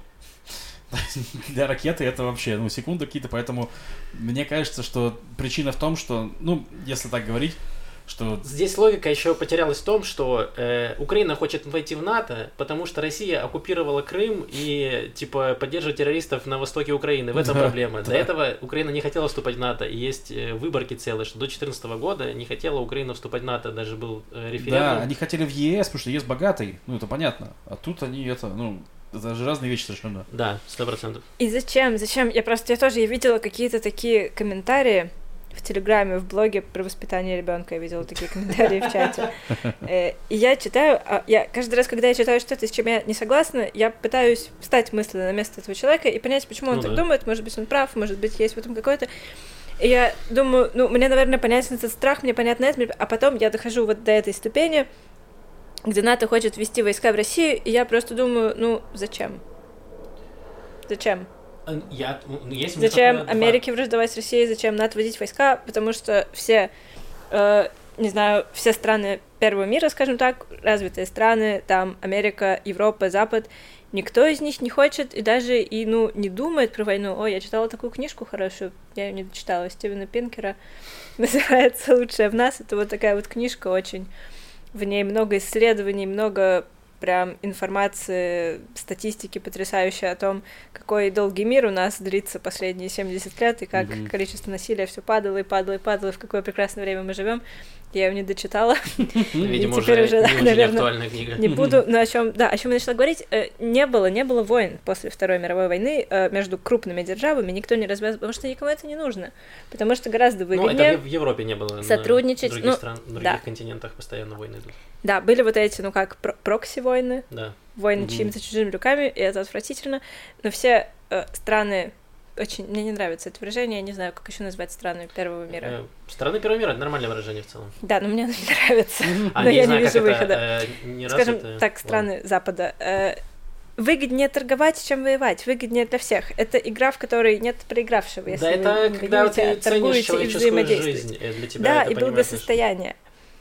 для ракеты это вообще, ну, секунды какие-то, поэтому мне кажется, что причина в том, что, ну, если так говорить, что... Здесь логика еще потерялась в том, что э, Украина хочет войти в НАТО, потому что Россия оккупировала Крым и типа поддерживает террористов на востоке Украины. В этом Да, проблема. да. До этого Украина не хотела вступать в НАТО. И есть э, выборки целые, что до две тысячи четырнадцатого года не хотела Украина вступать в НАТО. Даже был э, референдум. Да, они хотели в ЕС, потому что ЕС богатый, ну, это понятно. А тут они это, ну, это же разные вещи совершенно. Да, сто процентов. И зачем? Зачем? Я просто, я тоже, я видела какие-то такие комментарии в Телеграме, в блоге про воспитание ребенка. Я видела такие комментарии в чате. Э, И я читаю, а я каждый раз, когда я читаю что-то, с чем я не согласна, я пытаюсь встать мысленно на место этого человека и понять, почему он Ну так да. думает. Может быть, он прав, может быть, есть в этом какой-то... И я думаю, ну, мне, наверное, понятен этот страх, мне понятно это, а потом я дохожу вот до этой ступени, где НАТО хочет ввести войска в Россию, и я просто думаю, ну, зачем? Зачем? Э, Я, ну, есть у меня Зачем только два- Америке враждовать с Россией, зачем НАТО вводить войска? Потому что все, э, не знаю, все страны первого мира, скажем так, развитые страны, там Америка, Европа, Запад, никто из них не хочет и даже и, ну, не думает про войну. Ой, я читала такую книжку хорошую, я ее не дочитала, Стивена Пинкера, называется «Лучшее в нас». Это вот такая вот книжка очень... В ней много исследований, много прям информации, статистики потрясающей о том, какой долгий мир у нас длится последние семьдесят лет, и как Мгм. количество насилия все падало и падало и падало, в какое прекрасное время мы живем. Я ее не дочитала, Видимо, И теперь уже, уже, да, не очень наверное, актуальная книга. не буду, но о чем, да, о чем я начала говорить, э, не было, не было войн после Второй мировой войны э, между крупными державами, никто не развязывал, потому что никому это не нужно, потому что гораздо Ну, это выгоднее. в Европе не было. сотрудничать, На других, ну, стран, на других да. континентах постоянно войны идут. Да, были вот эти, ну как, про- прокси-войны, Да. войны Мгм. чьими-то чужими руками, и это отвратительно. Но все э, страны очень... Мне не нравится это выражение, я не знаю, как еще назвать страны первого мира. Э, Страны первого мира — это нормальное выражение в целом. Да, но мне оно не нравится. А, Но не я не знаю, вижу как это, выхода. э, не Скажем развитое. так, Ладно. страны Запада. Э, выгоднее торговать, чем воевать. Выгоднее для всех. Это игра, в которой нет проигравшего, если Да, вы это не когда воюете, ты а ценишь торгуете и человеческую взаимодействуете. жизнь. э, Для тебя Да, это и понимать благосостояние.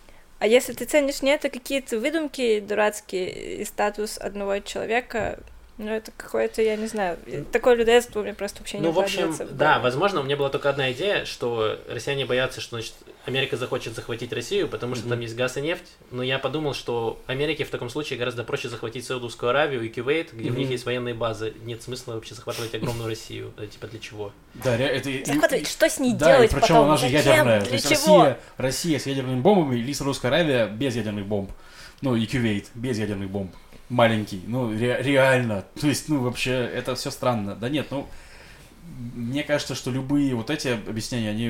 А если ты ценишь не это, какие-то выдумки дурацкие и статус одного человека, ну это какое-то, я не знаю, такое людоедство у меня просто вообще не Ну, в общем, укладывается в да, голову. возможно, у меня была только одна идея, что россияне боятся, что, значит, Америка захочет захватить Россию, потому что Мгм. там есть газ и нефть, но я подумал, что Америке в таком случае гораздо проще захватить Саудовскую Аравию и Кувейт, где у них Мгм. есть военные базы. Нет смысла вообще захватывать огромную Россию. Да, типа, для чего? Да, ре- это... и- Захватывать, что с ней Да, делать и причем потом? она же Зачем? ядерная. Для То есть чего? Россия, Россия с ядерными бомбами или Саудовская Аравия без ядерных бомб. Ну, и Кувейт без ядерных бомб. Маленький. Ну, ре- реально. То есть, ну, вообще, это все странно. Да нет, ну, мне кажется, что любые вот эти объяснения, они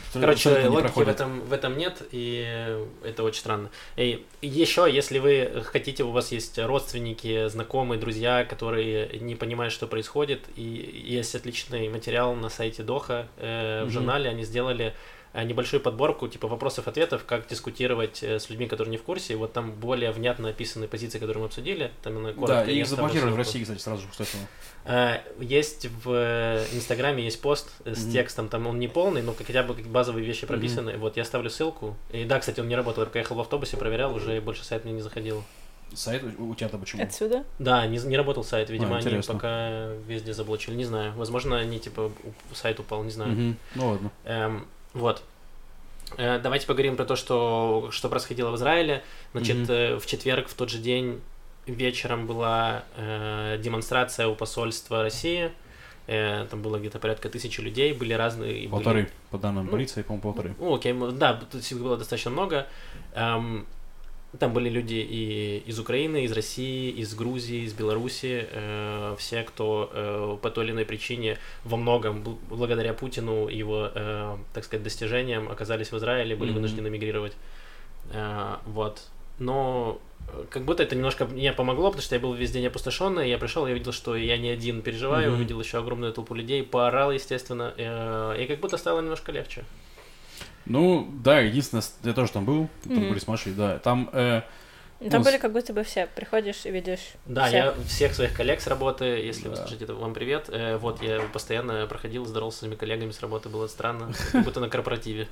Короче, логики в этом, в этом нет, и это очень странно. И еще, если вы хотите, у вас есть родственники, знакомые, друзья, которые не понимают, что происходит, и есть отличный материал на сайте Доха, э, в mm-hmm. журнале, они сделали небольшую подборку типа вопросов-ответов, как дискутировать с людьми, которые не в курсе. И вот там более внятно описаны позиции, которые мы обсудили. Там коротко, да, и их заблокировали в России, кстати, сразу же, кстати. Есть в Инстаграме есть пост с mm-hmm. текстом, там он не полный, но хотя бы базовые вещи прописаны. Mm-hmm. Вот я ставлю ссылку. И да, кстати, он не работал. Я пока ехал в автобусе, проверял, уже больше сайт мне не заходил. Сайт у тебя-то почему? Отсюда? Да, не, не работал сайт, видимо, а, они пока везде заблочили, не знаю. Возможно, они типа сайт упал, не знаю. Mm-hmm. Ну ладно. Эм, вот. Давайте поговорим про то, что, что происходило в Израиле. Значит, mm-hmm. в четверг, в тот же день, вечером была э, демонстрация у посольства России. Э, там было где-то порядка тысячи людей, были разные... Полторы, были... по данным ну, полиции, по-моему, полторы. Ну, окей, да, тут было достаточно много. Эм, там были люди и из Украины, из России, из Грузии, из Беларуси. Э, все, кто э, по той или иной причине во многом, благодаря Путину и его, э, так сказать, достижениям, оказались в Израиле, были mm-hmm. вынуждены мигрировать. Э, вот. Но как будто это немножко мне помогло, потому что я был весь день опустошенный, я пришел, я видел, что я не один переживаю, mm-hmm. увидел еще огромную толпу людей, поорал, естественно, э, и как будто стало немножко легче. Ну, да, единственное, я тоже там был, там mm-hmm. были с Машей, да, там... Э, там ну, были как будто бы все, приходишь и видишь Да, всех. Я всех своих коллег с работы, если да. вы слышите, то вам привет, э, вот, я постоянно проходил, здоровался с своими коллегами с работы, было странно, как будто на корпоративе.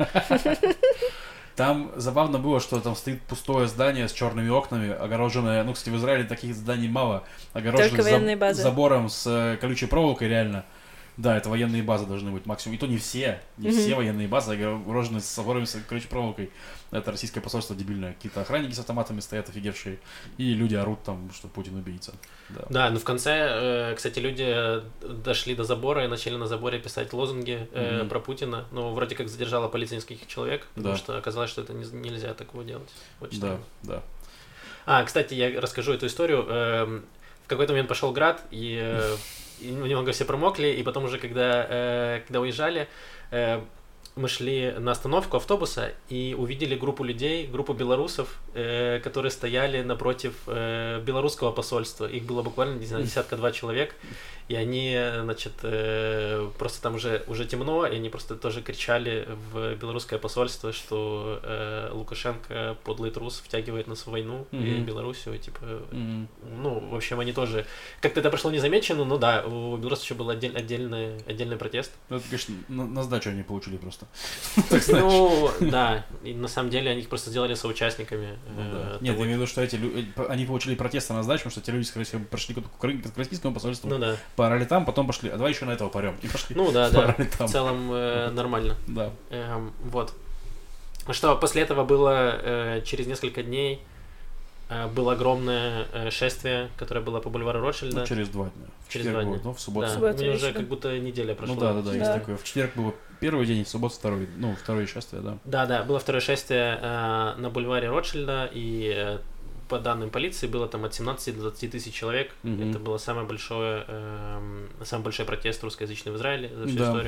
Там забавно было, что там стоит пустое здание с черными окнами, огороженное, ну, кстати, в Израиле таких зданий мало, огороженное за, забором с колючей проволокой, реально. Да, это военные базы должны быть максимум. И то не все, не mm-hmm. все военные базы огорожены с заборами с колючей проволокой. Это российское посольство дебильное. Какие-то охранники с автоматами стоят офигевшие, и люди орут там, что Путин убийца. Да, да, ну в конце, кстати, люди дошли до забора и начали на заборе писать лозунги э, mm-hmm. про Путина. Но вроде как задержала полиция нескольких человек, потому да. что оказалось, что это не, нельзя такого делать. Очень да, странно. да. А, кстати, я расскажу эту историю. В какой-то момент пошел град, и... И немного все промокли, и потом уже, когда, э, когда уезжали, э, мы шли на остановку автобуса и увидели группу людей, группу белорусов, э, которые стояли напротив э, белорусского посольства. Их было буквально, не знаю, десятка-два человек, и они, значит, э, просто там уже, уже темно, и они просто тоже кричали в белорусское посольство, что э, Лукашенко, подлый трус, втягивает нас в войну mm-hmm. и Белоруссию, типа, mm-hmm. ну, в общем, они тоже, как-то это прошло незамеченно, но да, у белорусов еще был отдель, отдельный, отдельный протест. Это, конечно, на, на сдачу они получили просто. Ну, да, и на самом деле они их просто сделали соучастниками. Нет, я имею в виду, что эти они получили протесты на сдачу, потому что те люди, скорее всего, прошли к российскому посольству. Ну да. Поорали там, потом пошли, а давай еще на этого порем. И пошли. Ну да, да, там. В целом э, нормально. Да. Эм, вот. Что после этого было э, через несколько дней э, было огромное э, шествие, которое было по бульвару Ротшильда. Ну, через два дня. В через два дня. Ну, в субботу. Да. Суббота, У меня уже как будто неделя прошла. Ну да, да, да, да. есть такое. В четверг было первый день, в субботу второй, ну, второе шествие, да. Да, да, было второе шествие э, на бульваре Ротшильда, и э, по данным полиции было там от семнадцати до двадцати тысяч человек. Mm-hmm. Это было самое большое, э, самый большой протест русскоязычный в Израиле за всю да. историю.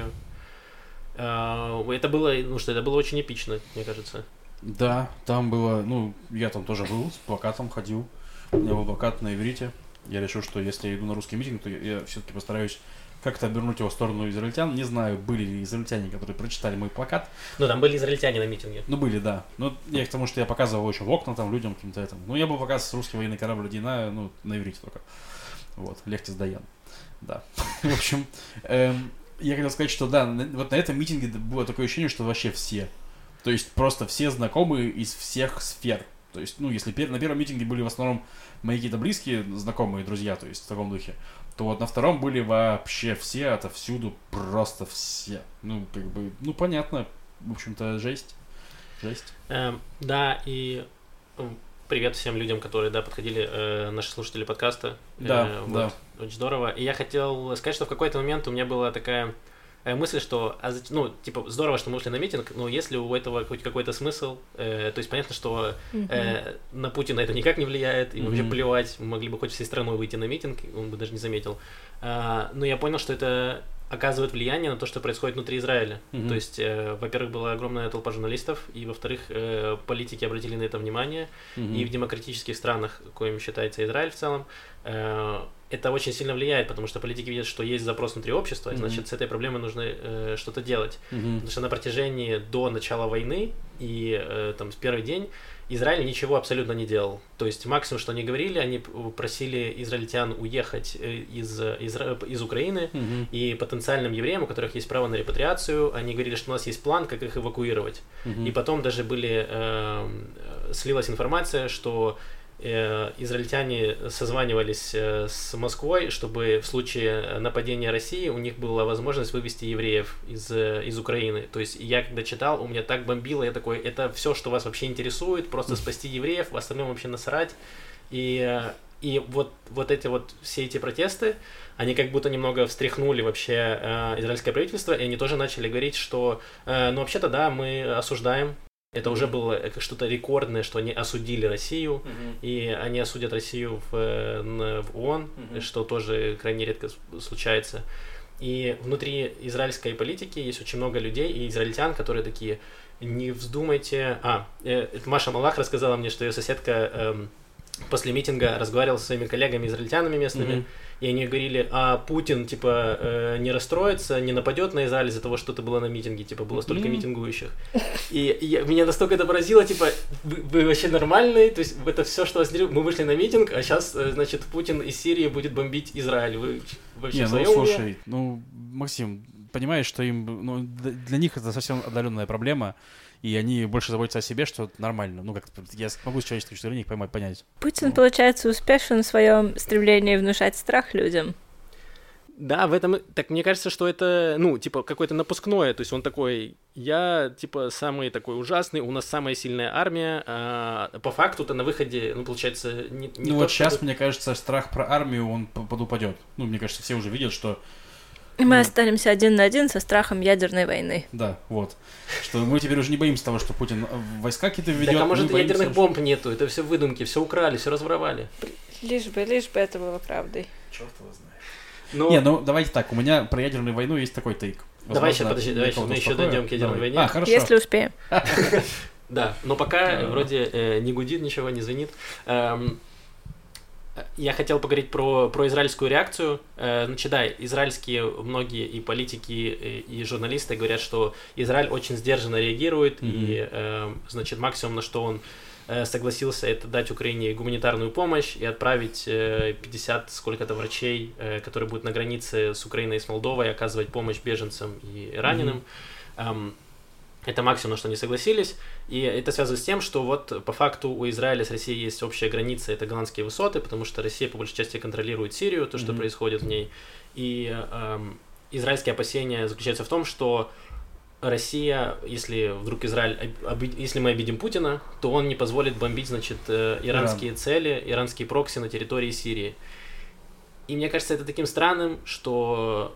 Э, это было, ну что, это было очень эпично, мне кажется. Да, там было, ну, я там тоже был, с плакатом ходил. У меня был плакат на иврите. Я решил, что если я иду на русский митинг, то я, я все-таки постараюсь как-то обернуть его в сторону израильтян. Не знаю, были ли израильтяне, которые прочитали мой плакат. Ну, там были израильтяне на митинге. Ну, были, да. Ну, я к тому, что я показывал еще в окна там людям каким-то этим. Ну, я был показ русский военный корабль «Ледяная», ну, на иврите только. Вот, Лехтис Даян. Да. В общем, я хотел сказать, что да, вот на этом митинге было такое ощущение, что вообще все. То есть просто все знакомые из всех сфер. То есть, ну, если на первом митинге были в основном мои какие-то близкие, знакомые, друзья, то есть в таком духе, то вот на втором были вообще все, отовсюду просто все. Ну, как бы, ну, понятно, в общем-то, жесть. Жесть. Эм, да, и привет всем людям, которые, да, подходили, э, наши слушатели подкаста. Да, э, вот, да. Очень здорово. И я хотел сказать, что в какой-то момент у меня была такая мысль, что, ну, типа, здорово, что мы ушли на митинг, но если у этого хоть какой-то смысл, э, то есть понятно, что э, на Путина это никак не влияет, и вообще плевать, мы могли бы хоть всей страной выйти на митинг, он бы даже не заметил. А, но я понял, что это оказывает влияние на то, что происходит внутри Израиля. Mm-hmm. То есть, э, во-первых, была огромная толпа журналистов, и, во-вторых, э, политики обратили на это внимание, mm-hmm. и в демократических странах, коим считается Израиль в целом, э, это очень сильно влияет, потому что политики видят, что есть запрос внутри общества, и, значит, mm-hmm. с этой проблемой нужно э, что-то делать. Mm-hmm. Потому что на протяжении до начала войны и э, там, с первый день Израиль ничего абсолютно не делал. То есть максимум, что они говорили, они просили израильтян уехать из, из, из Украины, mm-hmm. и потенциальным евреям, у которых есть право на репатриацию, они говорили, что у нас есть план, как их эвакуировать. Mm-hmm. И потом даже были, э, слилась информация, что э, израильтяне созванивались э, с Москвой, чтобы в случае нападения России у них была возможность вывести евреев из, из Украины. То есть я когда читал, у меня так бомбило, я такой, это все, что вас вообще интересует, просто спасти евреев, в остальном вообще насрать. И, и вот, вот эти вот, все эти протесты, они как будто немного встряхнули вообще э, израильское правительство, и они тоже начали говорить, что, э, ну вообще-то да, мы осуждаем. Это mm-hmm. уже было что-то рекордное, что они осудили Россию, mm-hmm. и они осудят Россию в, в ООН, mm-hmm. что тоже крайне редко случается. И внутри израильской политики есть очень много людей и израильтян, которые такие, не вздумайте... А, э, Маша Малах рассказала мне, что ее соседка э, после митинга разговаривала со своими коллегами израильтянами местными, mm-hmm. и они говорили, а Путин, типа, э, не расстроится, не нападет на Израиль из-за того, что ты была на митинге, типа, было столько mm-hmm. митингующих. И, и я, меня настолько это поразило, типа, вы, вы вообще нормальные, то есть это все, что вас... Мы вышли на митинг, а сейчас, значит, Путин из Сирии будет бомбить Израиль. Вы вообще не, в ну, своем слушай, уме? ну, Максим, понимаешь, что им, ну, для них это совсем отдаленная проблема, и они больше заботятся о себе, что это нормально. Ну, как я могу с человеческой точки зрения их поймать, понять. Путин, получается, успешен в своем стремлении внушать страх людям. Да, в этом, так мне кажется, что это, ну, типа, какое-то напускное, то есть он такой, я, типа, самый такой ужасный, у нас самая сильная армия, а по факту-то на выходе, ну, получается, не, не Ну, то, вот сейчас, чтобы... мне кажется, страх про армию, он подупадет. Ну, мне кажется, все уже видят, что... И мы останемся один на один со страхом ядерной войны. Да, вот. Что мы теперь уже не боимся того, что Путин войска какие-то введет. Так, а может, боимся, ядерных что... бомб нету, это все выдумки, все украли, все разворовали. Лишь бы, лишь бы это было правдой. Черт его знает. Но... Не, ну давайте так, у меня про ядерную войну есть такой тейк. Возможно, давай сейчас, подожди, давай сейчас мы еще дойдем к ядерной войне. А, хорошо. Если успеем. Да, но пока вроде не гудит, ничего не звенит. Я хотел поговорить про, про израильскую реакцию. Значит, да, израильские многие и политики, и, и журналисты говорят, что Израиль очень сдержанно реагирует, mm-hmm. и, значит, максимум, на что он согласился, это дать Украине гуманитарную помощь и отправить пятьдесят сколько-то врачей, которые будут на границе с Украиной и с Молдовой, оказывать помощь беженцам и раненым. Mm-hmm. Это максимум, на что они согласились, и это связано с тем, что вот по факту у Израиля с Россией есть общая граница, это Голландские высоты, потому что Россия по большей части контролирует Сирию, то, что mm-hmm. происходит в ней, и эм, израильские опасения заключаются в том, что Россия, если вдруг Израиль, оби, если мы обидим Путина, то он не позволит бомбить, значит, э, иранские yeah. цели, иранские прокси на территории Сирии. И мне кажется, это таким странным, что...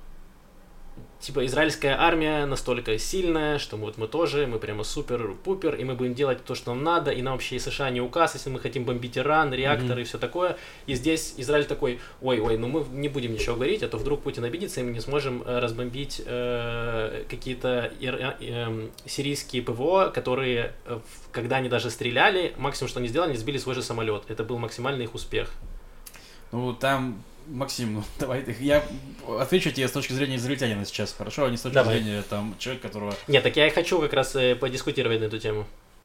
Типа, израильская армия настолько сильная, что вот мы тоже, мы прямо супер-пупер, и мы будем делать то, что нам надо, и нам вообще и США не указ, если мы хотим бомбить Иран, реакторы mm-hmm. и все такое. И здесь Израиль такой, ой-ой, ну мы не будем ничего говорить, а то вдруг Путин обидится, и мы не сможем э, разбомбить э, какие-то ир- э, сирийские ПВО, которые, э, когда они даже стреляли, максимум, что они сделали, они сбили свой же самолет. Это был максимальный их успех. Ну, там... Максим, ну давай, я отвечу тебе с точки зрения израильтянина сейчас, хорошо, а не с точки давай. зрения там человека, которого... Нет, так я и хочу как раз э, подискутировать на эту тему.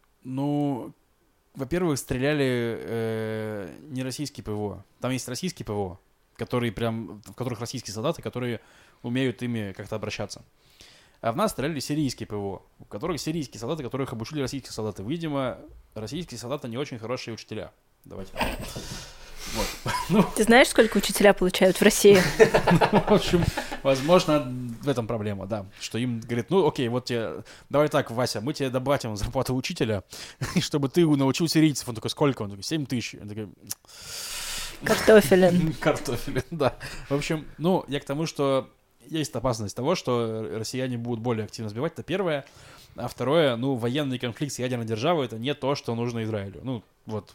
Ну, во-первых, стреляли э, не российские ПВО. Там есть российские ПВО, которые прям, в которых российские солдаты, которые умеют ими как-то обращаться. А в нас стреляли сирийские ПВО, у которых сирийские солдаты, которых обучили российские солдаты. Видимо, российские солдаты не очень хорошие учителя. Давайте. Вот. Ну, ты знаешь, сколько учителя получают в России? Ну, в общем, возможно, в этом проблема, да. Что им говорят, ну окей, вот тебе, давай так, Вася, мы тебе добавим зарплату учителя, чтобы ты научил сирийцев. Он такой, сколько? Он такой, семь тысяч. Он такой... Картофелин. Картофелин, да. В общем, ну, я к тому, что есть опасность того, что россияне будут более активно сбивать, это первое. А второе, ну, военный конфликт с ядерной державой — это не то, что нужно Израилю. Ну, вот.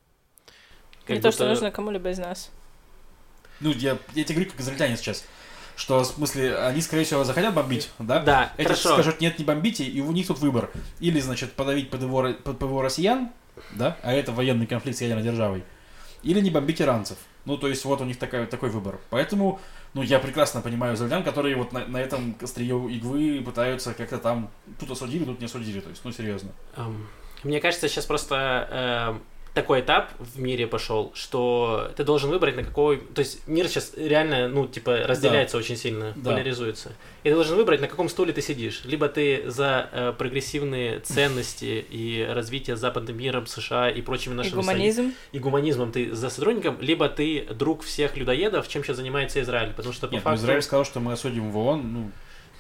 Как не будто... то, что нужно кому-либо из нас. Ну, я, я тебе говорю, как израильтянин сейчас. Что, в смысле, они, скорее всего, захотят бомбить, да? Да, Эти хорошо. скажут, нет, не бомбите, и у них тут выбор. Или, значит, подавить ПВО, ПВО россиян, да, а это военный конфликт с ядерной державой, или не бомбить иранцев. Ну, то есть, вот у них такой, такой выбор. Поэтому, ну, я прекрасно понимаю израильтян, которые вот на, на этом острие иглы пытаются как-то там, тут осудили, тут не осудили, то есть, ну, серьезно. Um, мне кажется, сейчас просто... Uh... такой этап в мире пошел, что ты должен выбрать на какой... То есть мир сейчас реально, ну, типа, разделяется да. очень сильно, да. поляризуется. И ты должен выбрать, на каком стуле ты сидишь. Либо ты за э, прогрессивные ценности и развитие западным миром, США и прочими нашими... И гуманизм. Союз... И гуманизмом ты за сотрудником, либо ты друг всех людоедов, чем сейчас занимается Израиль. Потому что по Нет, факту... ну, Израиль сказал, что мы осудим в ООН, ну...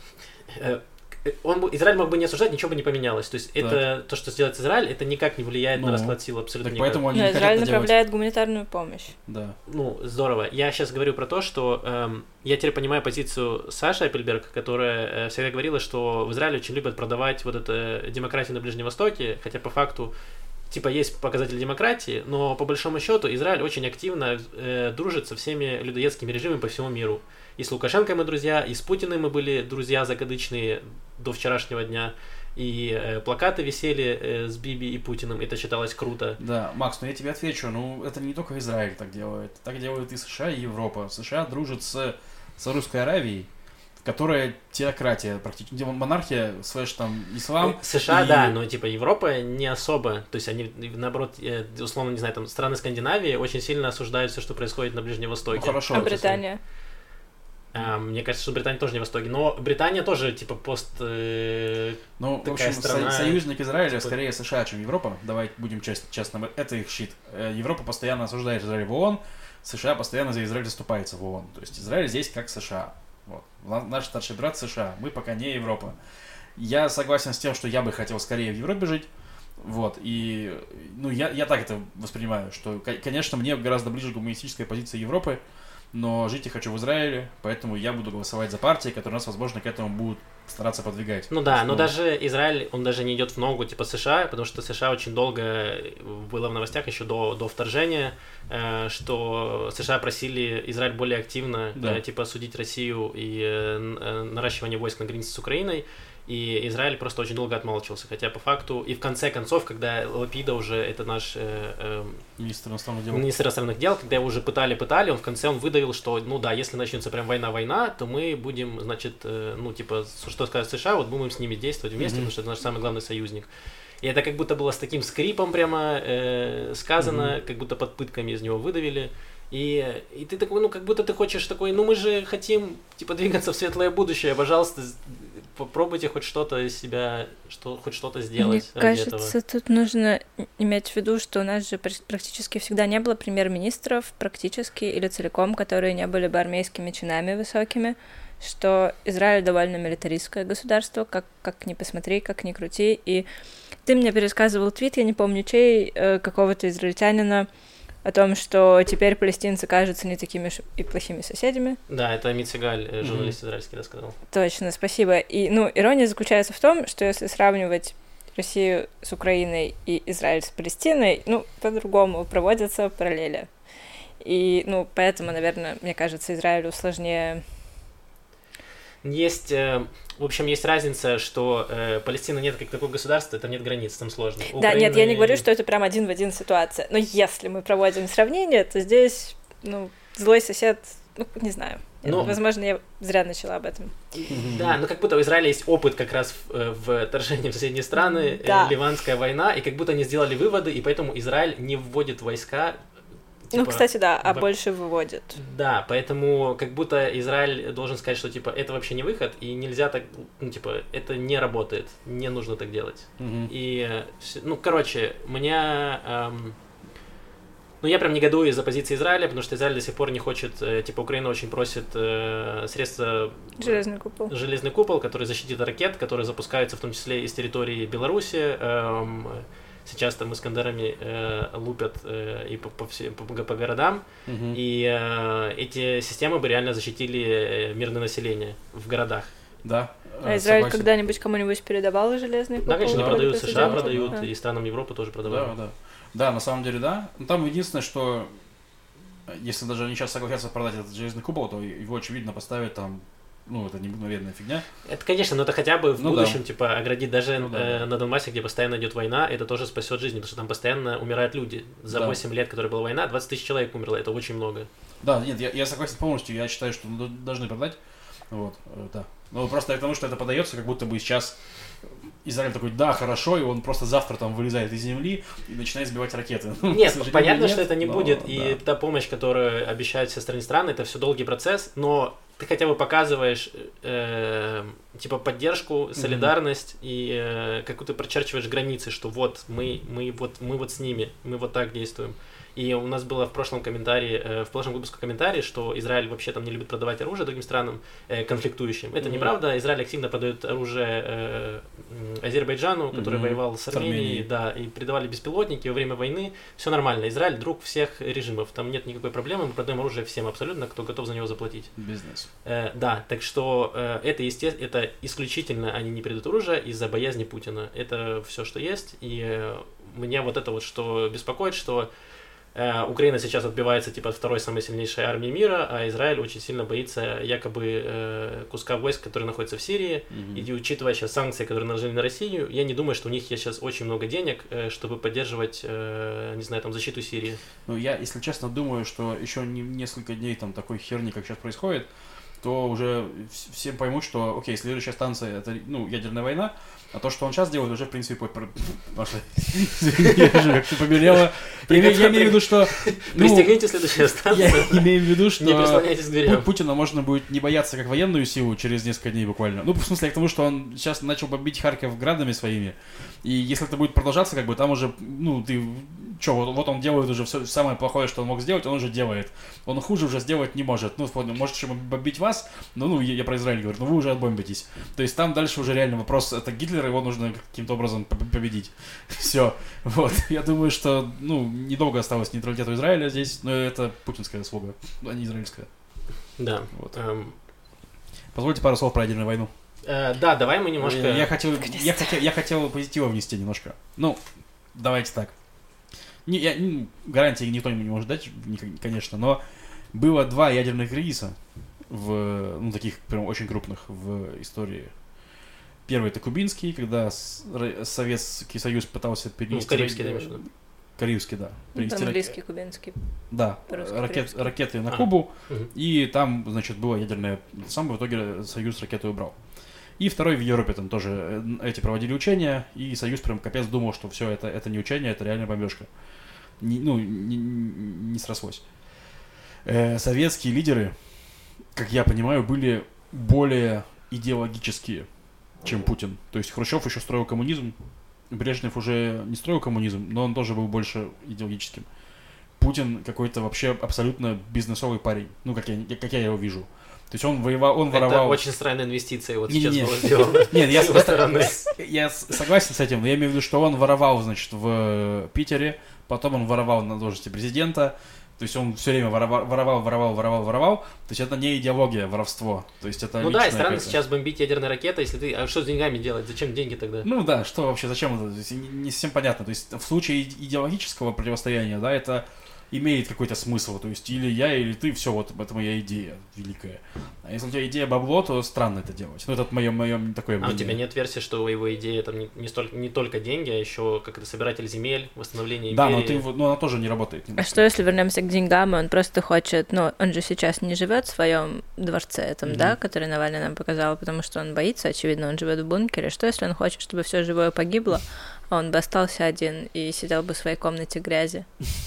Он, Израиль мог бы не осуждать, ничего бы не поменялось. То есть так. это то, что сделает Израиль, это никак не влияет ну, на расклад сил абсолютно никак. Поэтому они Но не Израиль хотят направляет делать. гуманитарную помощь. Да. Ну, здорово. Я сейчас говорю про то, что эм, я теперь понимаю позицию Саши Эппельберг, которая э, всегда говорила, что в Израиле очень любят продавать вот эту демократию на Ближнем Востоке, хотя по факту типа есть показатели демократии, но по большому счету Израиль очень активно э, дружит со всеми людоедскими режимами по всему миру. И с Лукашенко мы друзья, и с Путиным мы были друзья закадычные до вчерашнего дня. И э, плакаты висели э, с Биби и Путиным, это считалось круто. Да, Макс, ну я тебе отвечу, ну это не только Израиль так делает, так делают и США, и Европа. США дружит с, с Русской Аравией, которая теократия, практически монархия, слэш там ислам. США, и... да, но типа Европа не особо, то есть они, наоборот, условно, не знаю, там страны Скандинавии очень сильно осуждают все, что происходит на Ближнем Востоке. Ну, хорошо. А Британия? А, мне кажется, что Британия тоже не в восторге, но Британия тоже, типа, пост... Э, ну, в общем, страна, со- союзник Израиля типа... скорее США, чем Европа. Давайте будем чест- честны, это их щит. Европа постоянно осуждает Израиль в ООН, США постоянно за Израиль заступается в ООН. То есть Израиль здесь как США. Вот. Наш старший брат США, мы пока не Европа. Я согласен с тем, что я бы хотел скорее в Европе жить. Вот, и, ну, я, я так это воспринимаю, что, конечно, мне гораздо ближе гуманистическая позиция Европы, но жить я хочу в Израиле, поэтому я буду голосовать за партии, которые нас, возможно, к этому будут стараться подвигать. Ну да, но ну, даже Израиль, он даже не идет в ногу типа США, потому что США очень долго было в новостях еще до, до вторжения, э, что США просили Израиль более активно да. э, типа осудить Россию и э, наращивание войск на границе с Украиной. И Израиль просто очень долго отмалчивался, хотя по факту, и в конце концов, когда Лапида уже, это наш э, э, министр иностранных дел, министр иностранных дел, когда его уже пытали-пытали, он в конце он выдавил, что, ну да, если начнется прям война-война, то мы будем, значит, э, ну типа, что скажет США, вот будем с ними действовать вместе, mm-hmm. потому что это наш самый главный союзник. И это как будто было с таким скрипом прямо э, сказано, mm-hmm. как будто под пытками из него выдавили. И, и ты такой, ну, как будто ты хочешь такой, ну, мы же хотим, типа, двигаться в светлое будущее, пожалуйста, попробуйте хоть что-то из себя, что, хоть что-то сделать. Мне кажется, этого. Тут нужно иметь в виду, что у нас же практически всегда не было премьер-министров, практически или целиком, которые не были бы армейскими чинами высокими, что Израиль довольно милитаристское государство, как, как ни посмотри, как ни крути. И ты мне пересказывал твит, я не помню чей, какого-то израильтянина, о том, что теперь палестинцы кажутся не такими и плохими соседями. Да, это Амит Сигаль, журналист mm-hmm. израильский, рассказал. Точно, спасибо. И, ну, ирония заключается в том, что если сравнивать Россию с Украиной и Израиль с Палестиной, ну, по-другому проводятся параллели. И, ну, поэтому, наверное, мне кажется, Израилю сложнее... Есть, э, в общем, есть разница, что э, Палестина нет как такого государства, там нет границ, там сложно. Да, Украина... нет, я не говорю, что это прям один в один ситуация, но если мы проводим сравнение, то здесь, ну, злой сосед, ну, не знаю, но... возможно, я зря начала об этом. Да, но как будто у Израиля есть опыт как раз в, в вторжении в соседние страны, да. э, Ливанская война, и как будто они сделали выводы, и поэтому Израиль не вводит войска. Типа, ну, кстати, да, а в... больше выводит. Да, поэтому как будто Израиль должен сказать, что, типа, это вообще не выход, и нельзя так, ну, типа, это не работает, не нужно так делать. Mm-hmm. И, ну, короче, меня... Эм... Ну, я прям негодую из-за позиции Израиля, потому что Израиль до сих пор не хочет, э, типа, Украина очень просит э, средства... Железный купол. Железный купол, который защитит от ракет, которые запускаются в том числе из территории Беларуси. Эм... Сейчас там Искандерами э, лупят э, и по, по, все, по, по городам, uh-huh. и э, эти системы бы реально защитили мирное население в городах. Да. А Израиль согласен. Когда-нибудь кому-нибудь передавал железный купол? Да, конечно, не продают, США продают, а. и странам Европы тоже продавали. Да, да. Да, на самом деле, да. Но там единственное, что если даже они сейчас согласятся продать этот железный купол, то его, очевидно, поставят там, ну, это необыкновенная фигня. Это, конечно, но это хотя бы в ну, будущем, да. типа, оградить даже ну, да, э, да. на Донбассе, где постоянно идет война, это тоже спасет жизни, потому что там постоянно умирают люди. За да. восемь лет, которая была война, двадцать тысяч человек умерло, это очень много. Да, нет, я, я согласен полностью, я считаю, что должны продать, вот, да. Ну, просто потому что это подается, как будто бы сейчас Израиль такой, да, хорошо, и он просто завтра там вылезает из земли и начинает сбивать ракеты. Нет, понятно, нет, что это не но, будет, да. и та помощь, которую обещают все страны страны, это все долгий процесс, но ты хотя бы показываешь, э, типа, поддержку, солидарность, mm-hmm. и э, как ты прочерчиваешь границы, что вот мы, мы, вот, мы вот с ними, мы вот так действуем. И у нас было в прошлом комментарии, э, в прошлом выпуске комментарий, что Израиль вообще там не любит продавать оружие другим странам э, конфликтующим. Это mm-hmm. неправда. Израиль активно продает оружие э, Азербайджану, который mm-hmm. воевал с Арменией, Арменией, да, и придавали беспилотники во время войны. Все нормально. Израиль друг всех режимов. Там нет никакой проблемы. Мы продаем оружие всем абсолютно, кто готов за него заплатить. Бизнес. Э, да, так что э, это, естественно, это исключительно они не передают оружие из-за боязни Путина. Это все, что есть. И э, меня вот это вот что беспокоит, что Украина сейчас отбивается типа от второй самой сильнейшей армии мира, а Израиль очень сильно боится якобы э, куска войск, которые находятся в Сирии. Mm-hmm. И учитывая сейчас санкции, которые наложили на Россию, я не думаю, что у них есть сейчас очень много денег, э, чтобы поддерживать, э, не знаю, там защиту Сирии. Ну, я, если честно, думаю, что еще не, несколько дней там такой херни, как сейчас происходит, то уже все поймут, что, окей, следующая станция это, ну, ядерная война, а то, что он сейчас делает, уже, в принципе, Маша, извини, как ты побелела. Я имею в виду, что... Пристегните следующую станцию. Я имею в виду, что... Не прислоняйтесь к дверям. Путина можно будет не бояться как военную силу через несколько дней буквально. Ну, в смысле, к тому, что он сейчас начал бомбить Харьков градами своими. И если это будет продолжаться, как бы там уже, ну, ты... Че, вот, вот он делает уже все самое плохое, что он мог сделать, он уже делает. Он хуже уже сделать не может. Ну, может еще бомбить вас, но, ну, я, я про Израиль говорю, но вы уже отбомбитесь. То есть там дальше уже реально вопрос, это Гитлер, его нужно каким-то образом победить. Все. Вот. Я думаю, что, ну, недолго осталось нейтралитету Израиля здесь, но это путинская заслуга, а не израильская. Да. Вот. Эм... Позвольте пару слов про ядерную войну. Э, да, давай мы немножко... Я хотел, я, хотел, я хотел позитива внести немножко. Ну, давайте так. Не, я, ну, гарантии никто не может дать, конечно, но было два ядерных кризиса, в, ну, таких прям очень крупных в истории. Первый это Кубинский, когда Советский Союз пытался перенести... Ну, Карибский, да, между. Карибский, да. Английский, рак... кубинский. Да, ракет, ракеты на Кубу, а. угу. И там, значит, было ядерное... Сам в итоге Союз ракеты убрал. И второй в Европе там тоже эти проводили учения, и Союз прям капец думал, что все это, это не учение, это реальная бомбежка. Не, ну, не, не срослось. Э, советские лидеры, как я понимаю, были более идеологические, чем Путин. То есть Хрущев еще строил коммунизм, Брежнев уже не строил коммунизм, но он тоже был больше идеологическим. Путин какой-то вообще абсолютно бизнесовый парень, ну, как я, как я его вижу. То есть он воевал, он воровал... Это очень странная инвестиция вот не, сейчас не, не. была сделана. Нет, я, я согласен с этим, но я имею в виду, что он воровал, значит, в Питере, потом он воровал на должности президента, то есть он все время воровал, воровал, воровал, воровал, воровал. То есть это не идеология, воровство. То есть это ну да, и странно сейчас бомбить ядерная ракета, если ты... А что с деньгами делать? Зачем деньги тогда? Ну да, что вообще, зачем это? Не совсем понятно. То есть в случае идеологического противостояния, да, это... имеет какой-то смысл, то есть или я, или ты, все, вот это моя идея великая. А если у тебя идея бабло, то странно это делать. Ну, это мое, мое такое мнение. А у тебя нет версии, что его идея там не, не, столько, не только деньги, а еще как это собиратель земель, восстановление империи? Да, но, ты, но она тоже не работает. Не а что, если вернемся к деньгам, и он просто хочет, ну, он же сейчас не живет в своем дворце этом, mm-hmm. да, который Навальный нам показал, потому что он боится, очевидно, он живет в бункере. Что, если он хочет, чтобы все живое погибло, а он бы остался один и сидел бы в своей комнате грязи?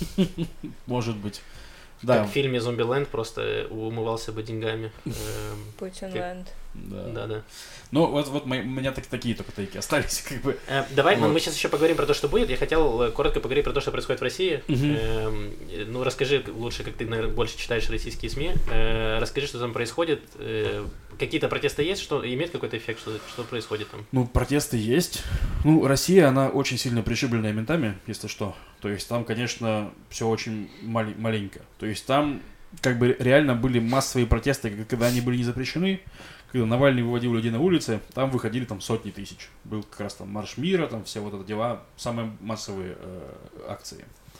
Может быть. Да. Как в фильме «Зомбиленд» просто умывался бы деньгами. Путинленд. Да. Да, да. Ну, вот, вот мои, у меня так, такие только тейки остались, как бы. Э, давай, вот. Мы сейчас еще поговорим про то, что будет. Я хотел коротко поговорить про то, что происходит в России. Uh-huh. Э, ну, расскажи лучше, как ты, наверное, больше читаешь российские СМИ. Э, расскажи, что там происходит. Э, какие-то протесты есть, что имеет какой-то эффект, что, что происходит там? Ну, протесты есть. Ну, Россия, она очень сильно пришибленная ментами, если что. То есть там, конечно, все очень мал- маленько. То есть там, как бы, реально были массовые протесты, когда они были не запрещены. Когда Навальный выводил людей на улицы, там выходили там сотни тысяч. Был как раз там марш мира, там все вот это дела, самые массовые э, акции.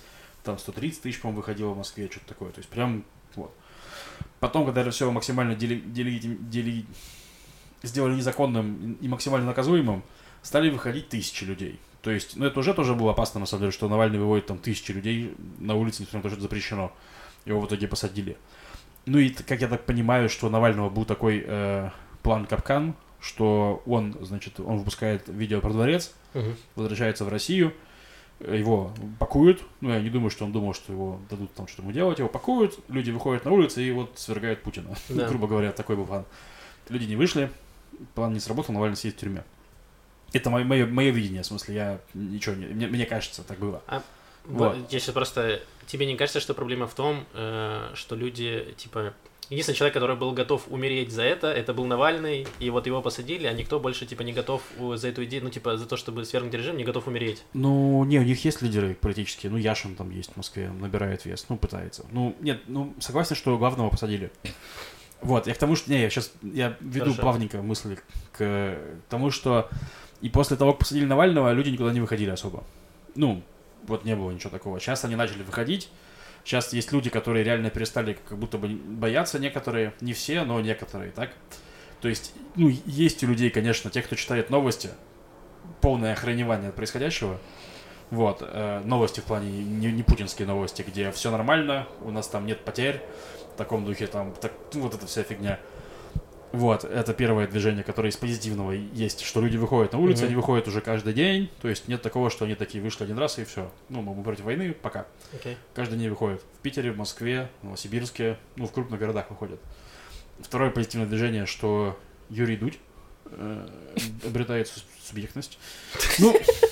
там сто тридцать тысяч, по-моему, выходило в Москве, что-то такое. То есть прям вот. Потом, когда это все максимально дели, дели, дели, сделали незаконным и максимально наказуемым, стали выходить тысячи людей. То есть, ну это уже тоже было опасно, на самом деле, что Навальный выводит там тысячи людей на улице, несмотря на то, что это запрещено. Его в итоге посадили. Ну и, как я так понимаю, что у Навального был такой э, план-капкан, что он, значит, он выпускает видео про дворец, угу. возвращается в Россию, его пакуют, ну я не думаю, что он думал, что его дадут там что-то ему делать, его пакуют, люди выходят на улицу и вот свергают Путина. Да. Ну, грубо говоря, такой был план. Люди не вышли, план не сработал, Навальный сидит в тюрьме. Это мое, мое, мое видение, в смысле, я ничего не... Мне, мне кажется, так было. А, вот. Я сейчас просто... Тебе не кажется, что проблема в том, э, что люди, типа... Единственный человек, который был готов умереть за это, это был Навальный, и вот его посадили, а никто больше, типа, не готов за эту идею, ну, типа, за то, чтобы свергнуть режим, не готов умереть. Ну, не, у них есть лидеры политические, ну, Яшин там есть в Москве, набирает вес, ну, пытается. Ну, нет, ну, согласен, что главного посадили. Вот, я к тому, что... Не, я сейчас... Я веду Хорошо. плавненько мысли к тому, что... И после того, как посадили Навального, люди никуда не выходили особо. Ну, вот не было ничего такого. Сейчас они начали выходить. Сейчас есть люди, которые реально перестали как будто бы бояться некоторые. Не все, но некоторые, так? То есть, ну, есть у людей, конечно, те, кто читает новости, полное охреневание от происходящего. Вот. Э, новости в плане, не, не путинские новости, где все нормально, у нас там нет потерь. В таком духе там, так, ну, вот эта вся фигня. Вот, это первое движение, которое из позитивного есть, что люди выходят на улицу, mm-hmm. они выходят уже каждый день, то есть нет такого, что они такие вышли один раз и все. Ну, мы против войны, пока. Okay. Каждый день выходят. В Питере, в Москве, в Новосибирске, ну, в крупных городах выходят. Второе позитивное движение, что Юрий Дудь э, обретает субъектность. Ну...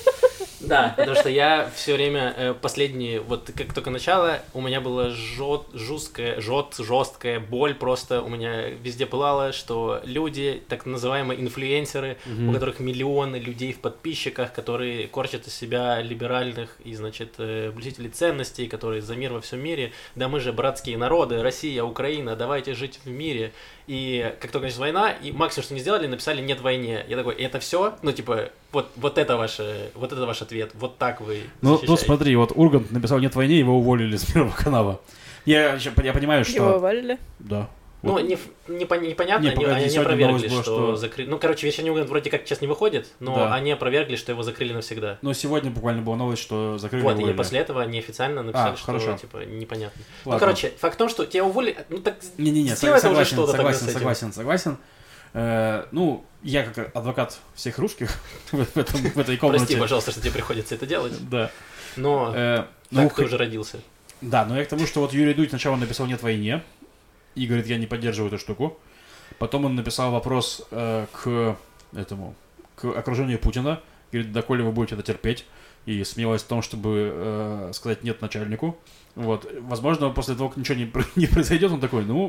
Да, потому что я все время, э, последние, вот как только начало, у меня была жёт, жесткая, жёт, жесткая боль просто, у меня везде пылало, что люди, так называемые инфлюенсеры, mm-hmm. у которых миллионы людей в подписчиках, которые корчат из себя либеральных и, значит, э, блюстителей ценностей, которые за мир во всем мире, да мы же братские народы, Россия, Украина, давайте жить в мире. И как только началась война, и максимум, что не сделали, написали «нет войне». Я такой, это все? Ну, типа, вот, вот, это ваш, вот это ваш ответ, вот так вы Ну, ну смотри, вот Ургант написал «нет войне», его уволили с Первого канала. Я, я понимаю, что... Его уволили? Да. Вот. Ну, не, не, непонятно, не, они, они опровергли, было, что, что закрыли. Ну, короче, «Вечерний Ургант» вроде как сейчас не выходит, но да. они опровергли, что его закрыли навсегда. Но сегодня буквально была новость, что закрыли Вот, уволили. И после этого они официально написали, а, что, хорошо. типа, непонятно. Ладно. Ну, короче, факт в том, что тебя уволили, ну, так Не-не-не, сделай согласен, уже что-то согласен, тогда с согласен, согласен. Э, ну, я как адвокат всех русских в, этом, в этой комнате... Прости, пожалуйста, что тебе приходится это делать. Да. Но э, так ну, ты уже родился. Да, но я к тому, что вот Юрий Дудь сначала написал «нет войне», и говорит, я не поддерживаю эту штуку. Потом он написал вопрос э, к этому, к окружению Путина. Говорит, доколе вы будете это терпеть? И смелость в том, чтобы э, сказать «нет» начальнику. Вот. Возможно, после того, как ничего не, не произойдет, он такой, ну,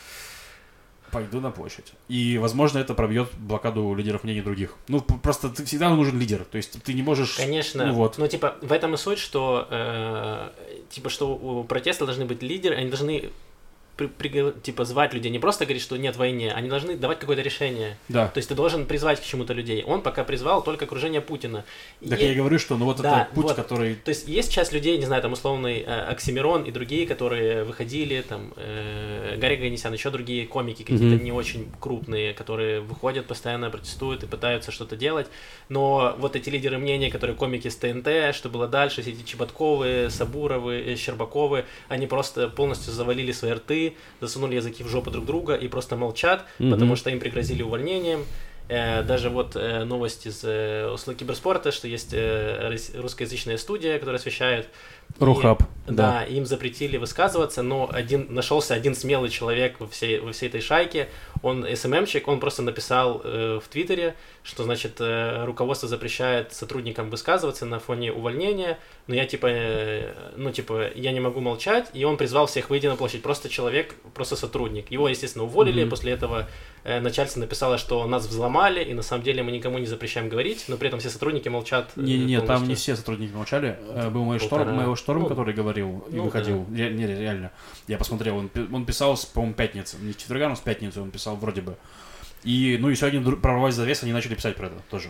пойду на площадь. И, возможно, это пробьет блокаду лидеров мнений других. Ну, просто ты, всегда нужен лидер. То есть ты не можешь... Конечно. Ну, вот. Ну, типа, в этом и суть, что, э, типа, что у протеста должны быть лидеры, они должны... При, при, типа звать людей, не просто говорить, что нет войны, они должны давать какое-то решение. Да. То есть ты должен призвать к чему-то людей. Он пока призвал только окружение Путина. Так и... я и говорю, что ну вот да, это путь, вот. который... То есть есть часть людей, не знаю, там условный э, Оксимирон и другие, которые выходили, там э, Гарри Ганесян, еще другие комики какие-то mm-hmm. не очень крупные, которые выходят, постоянно протестуют и пытаются что-то делать. Но вот эти лидеры мнения, которые комики с ТНТ, что было дальше, все эти Чеботковы, Сабуровы, Щербаковы, они просто полностью завалили свои рты, засунули языки в жопу друг друга и просто молчат, mm-hmm. потому что им пригрозили увольнением. Э, даже вот э, новость из э, Осло Киберспорта, что есть э, русскоязычная студия, которая освещает. Рухаб. Да, да, им запретили высказываться, но один, нашелся один смелый человек во всей, во всей этой шайке, он эс эм эм-щик, он просто написал э, в Твиттере, что, значит, э, руководство запрещает сотрудникам высказываться на фоне увольнения, но я, типа, э, ну, типа, я не могу молчать, и он призвал всех выйти на площадь, просто человек, просто сотрудник. Его, естественно, уволили, mm-hmm. после этого э, начальство написало, что нас взломали, и на самом деле мы никому не запрещаем говорить, но при этом все сотрудники молчат. Не-не-не, там не все сотрудники молчали, э, был мой шторм, мой Шторм, ну, который говорил и ну, выходил. Да. Не, реально. Я посмотрел, он, он писал, с, по-моему, пятницы. Не с четверга, но с пятницы он писал вроде бы. И, ну, и сегодня прорвалась завеса, они начали писать про это тоже.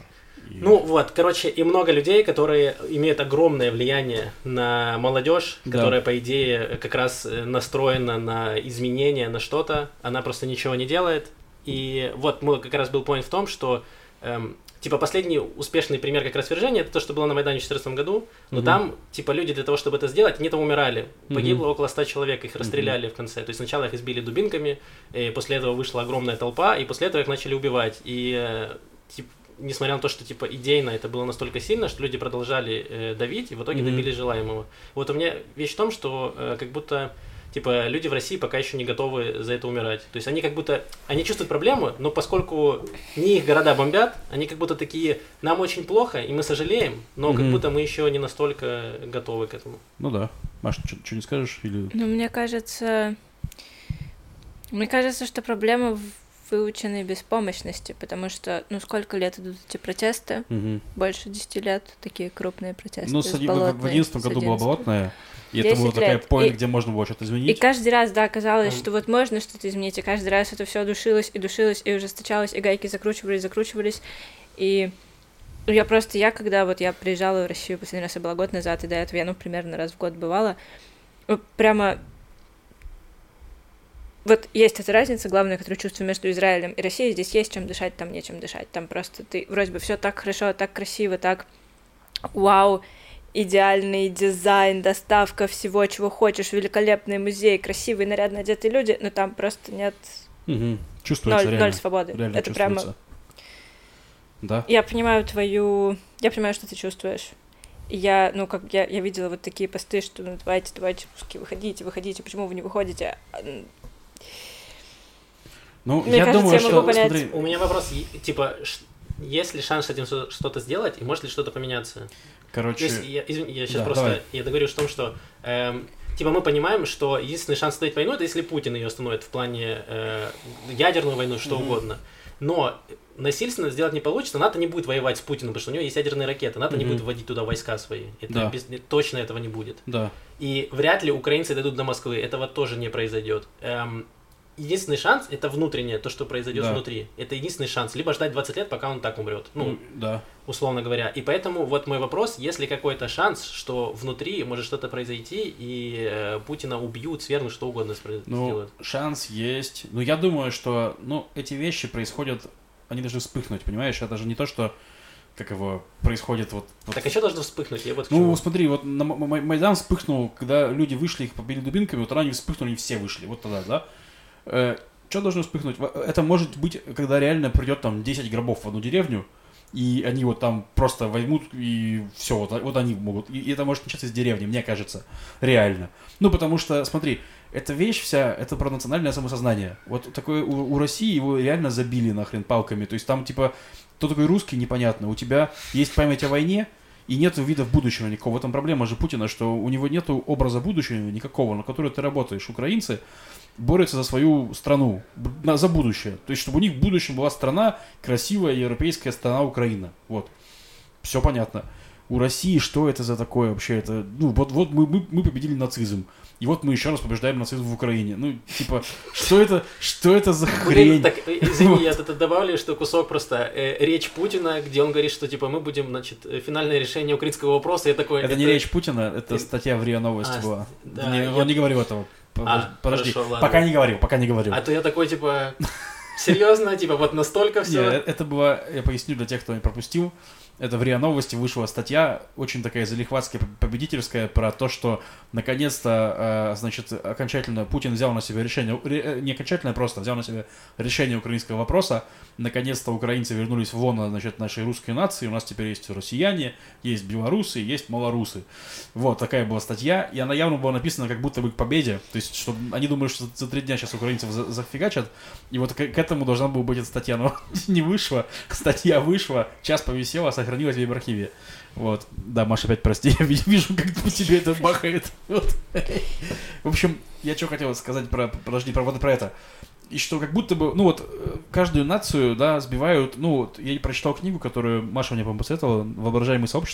И... Ну вот, короче, и много людей, которые имеют огромное влияние на молодежь, Да. которая, по идее, как раз настроена на изменения, на что-то, она просто ничего не делает. И вот мой как раз был point в том, что эм, типа последний успешный пример как раз свержения, это то, что было на Майдане в две тысячи четырнадцатом году, но Мгм. там, типа, люди для того, чтобы это сделать, они там умирали. Погибло Мгм. около ста человек, их расстреляли в конце. То есть сначала их избили дубинками, и после этого вышла огромная толпа, и после этого их начали убивать. И, э, типа, несмотря на то, что, типа, идейно это было настолько сильно, что люди продолжали э, давить, и в итоге Мгм. добились желаемого. Вот у меня вещь в том, что э, как будто... Типа, люди в России пока еще не готовы за это умирать. То есть они как будто, они чувствуют проблему, но поскольку не их города бомбят, они как будто такие, нам очень плохо, и мы сожалеем, но как Мгм. будто мы еще не настолько готовы к этому. Ну да. Маша, что не скажешь? Или... Ну, мне кажется... Мне кажется, что проблема в выученной беспомощности, потому что, ну, сколько лет идут эти протесты? Мгм. Больше десяти лет, такие крупные протесты. Ну, с с оди- в- Болотной, в одиннадцатом с году была одиннадцатого. болотная, и это десять была такая лет. point, И- где можно было что-то И изменить. каждый раз, да, казалось, М. что вот можно что-то изменить, и каждый раз это все душилось и душилось, и ужесточалось, и гайки закручивались, закручивались, и ну, я просто, я когда вот я приезжала в Россию, последний раз я была год назад, и до этого я, ну, примерно раз в год бывала, ну, прямо вот есть эта разница главная, которую чувствую между Израилем и Россией, здесь есть чем дышать, там нечем дышать, там просто ты, вроде бы все так хорошо, так красиво, так вау, идеальный дизайн, доставка всего, чего хочешь, великолепный музей, красивые, нарядно одетые люди, но там просто нет Мгм. Чувствуется ноль, реально. ноль свободы. Реально Это прямо... чувствуется. Да? Я понимаю твою... Я понимаю, что ты чувствуешь. И я, ну, как я, я видела вот такие посты, что ну, давайте, давайте, русские, выходите, выходите, почему вы не выходите? Ну, Мне я кажется, думаю, я что... могу понять. Смотри, У меня вопрос, е- типа, ш- есть ли шанс с этим что- что-то сделать, и может ли что-то поменяться? короче... То есть, я, извини, я сейчас Да, просто, давай. я договорюсь в том, что, эм, типа, мы понимаем, что единственный шанс остановить войну, это если Путин ее остановит в плане э, ядерную войну, что Мгм. угодно. Но насильственно сделать не получится, НАТО не будет воевать с Путиным, потому что у него есть ядерные ракеты, НАТО не Мгм. будет вводить туда войска свои. Это Да. без- точно этого не будет. Да. И вряд ли украинцы дойдут до Москвы, этого тоже не произойдет. Эм, единственный шанс это внутреннее, то, что произойдет Да. внутри. Это единственный шанс. Либо ждать двадцать лет, пока он так умрет. Ну, Ну, да. условно говоря. И поэтому вот мой вопрос, есть ли какой-то шанс, что внутри может что-то произойти, и э, Путина убьют, свергнут, что угодно спро- Ну, сделают. шанс есть. Ну, я думаю, что, ну, эти вещи происходят, они должны вспыхнуть, понимаешь? Это же не то, что, как его, происходит вот... вот- Так а что должно вспыхнуть? Я вот к Ну, чему. смотри, вот на М- М- Майдан вспыхнул, когда люди вышли, их побили дубинками, вот тогда они вспыхнули, и все вышли, вот тогда, да? Что должно вспыхнуть? Во- Это может быть, когда реально придет там десять гробов в одну деревню, и они вот там просто возьмут, и все, вот, вот они могут. И это может начаться с деревни, мне кажется, реально. Ну, потому что, смотри, эта вещь вся, это про национальное самосознание. Вот такое у, у России его реально забили нахрен палками. То есть там, типа, кто такой русский, непонятно. У тебя есть память о войне, и нет видов будущего никакого. В этом проблема же Путина, что у него нет образа будущего никакого, на который ты работаешь. Украинцы борются за свою страну, б- на- за будущее. То есть, чтобы у них в будущем была страна, красивая европейская страна Украина. Вот. Все понятно. У России что это за такое вообще? Это, ну, вот, вот мы, мы, мы победили нацизм. И вот мы еще раз побеждаем нацизм в Украине. Ну, типа, что это, что это за Блин, хрень? так, э, извини, я тут добавлю, что кусок просто э, речь Путина, где он говорит, что типа мы будем, значит, э, финальное решение украинского вопроса. Я такой. Это не речь Путина, это статья в РИА Новости А, была. да, Не, я- Он не говорил этого. А, Подожди, хорошо, ладно. пока не говорил, пока не говорил. А то я такой, типа, серьезно, типа, вот настолько Не, все. это было, я поясню для тех, кто не пропустил, это в РИА Новости вышла статья, очень такая залихватская, победительская, про то, что наконец-то, э, значит, окончательно Путин взял на себя решение, ре- не окончательно, просто взял на себя решение украинского вопроса, наконец-то украинцы вернулись в лоно, значит, нашей русской нации, у нас теперь есть россияне, есть белорусы, есть малорусы. Вот, такая была статья, и она явно была написана как будто бы к победе, то есть, что они думают, что за три дня сейчас украинцев за- зафигачат, и вот к, к этому должна была быть эта статья, но не вышла, статья вышла, час повисела, сохранилась в веб-архиве. Вот. Да, Маша, опять прости, я ви- вижу, как по тебе это бахает. Вот. В общем, я что хотел сказать про, подожди, про вот про это. И что как будто бы, ну вот, э, каждую нацию, да, сбивают, ну вот, я прочитал книгу, которую Маша мне, по-моему, посоветовала, «Воображаемое сообщество».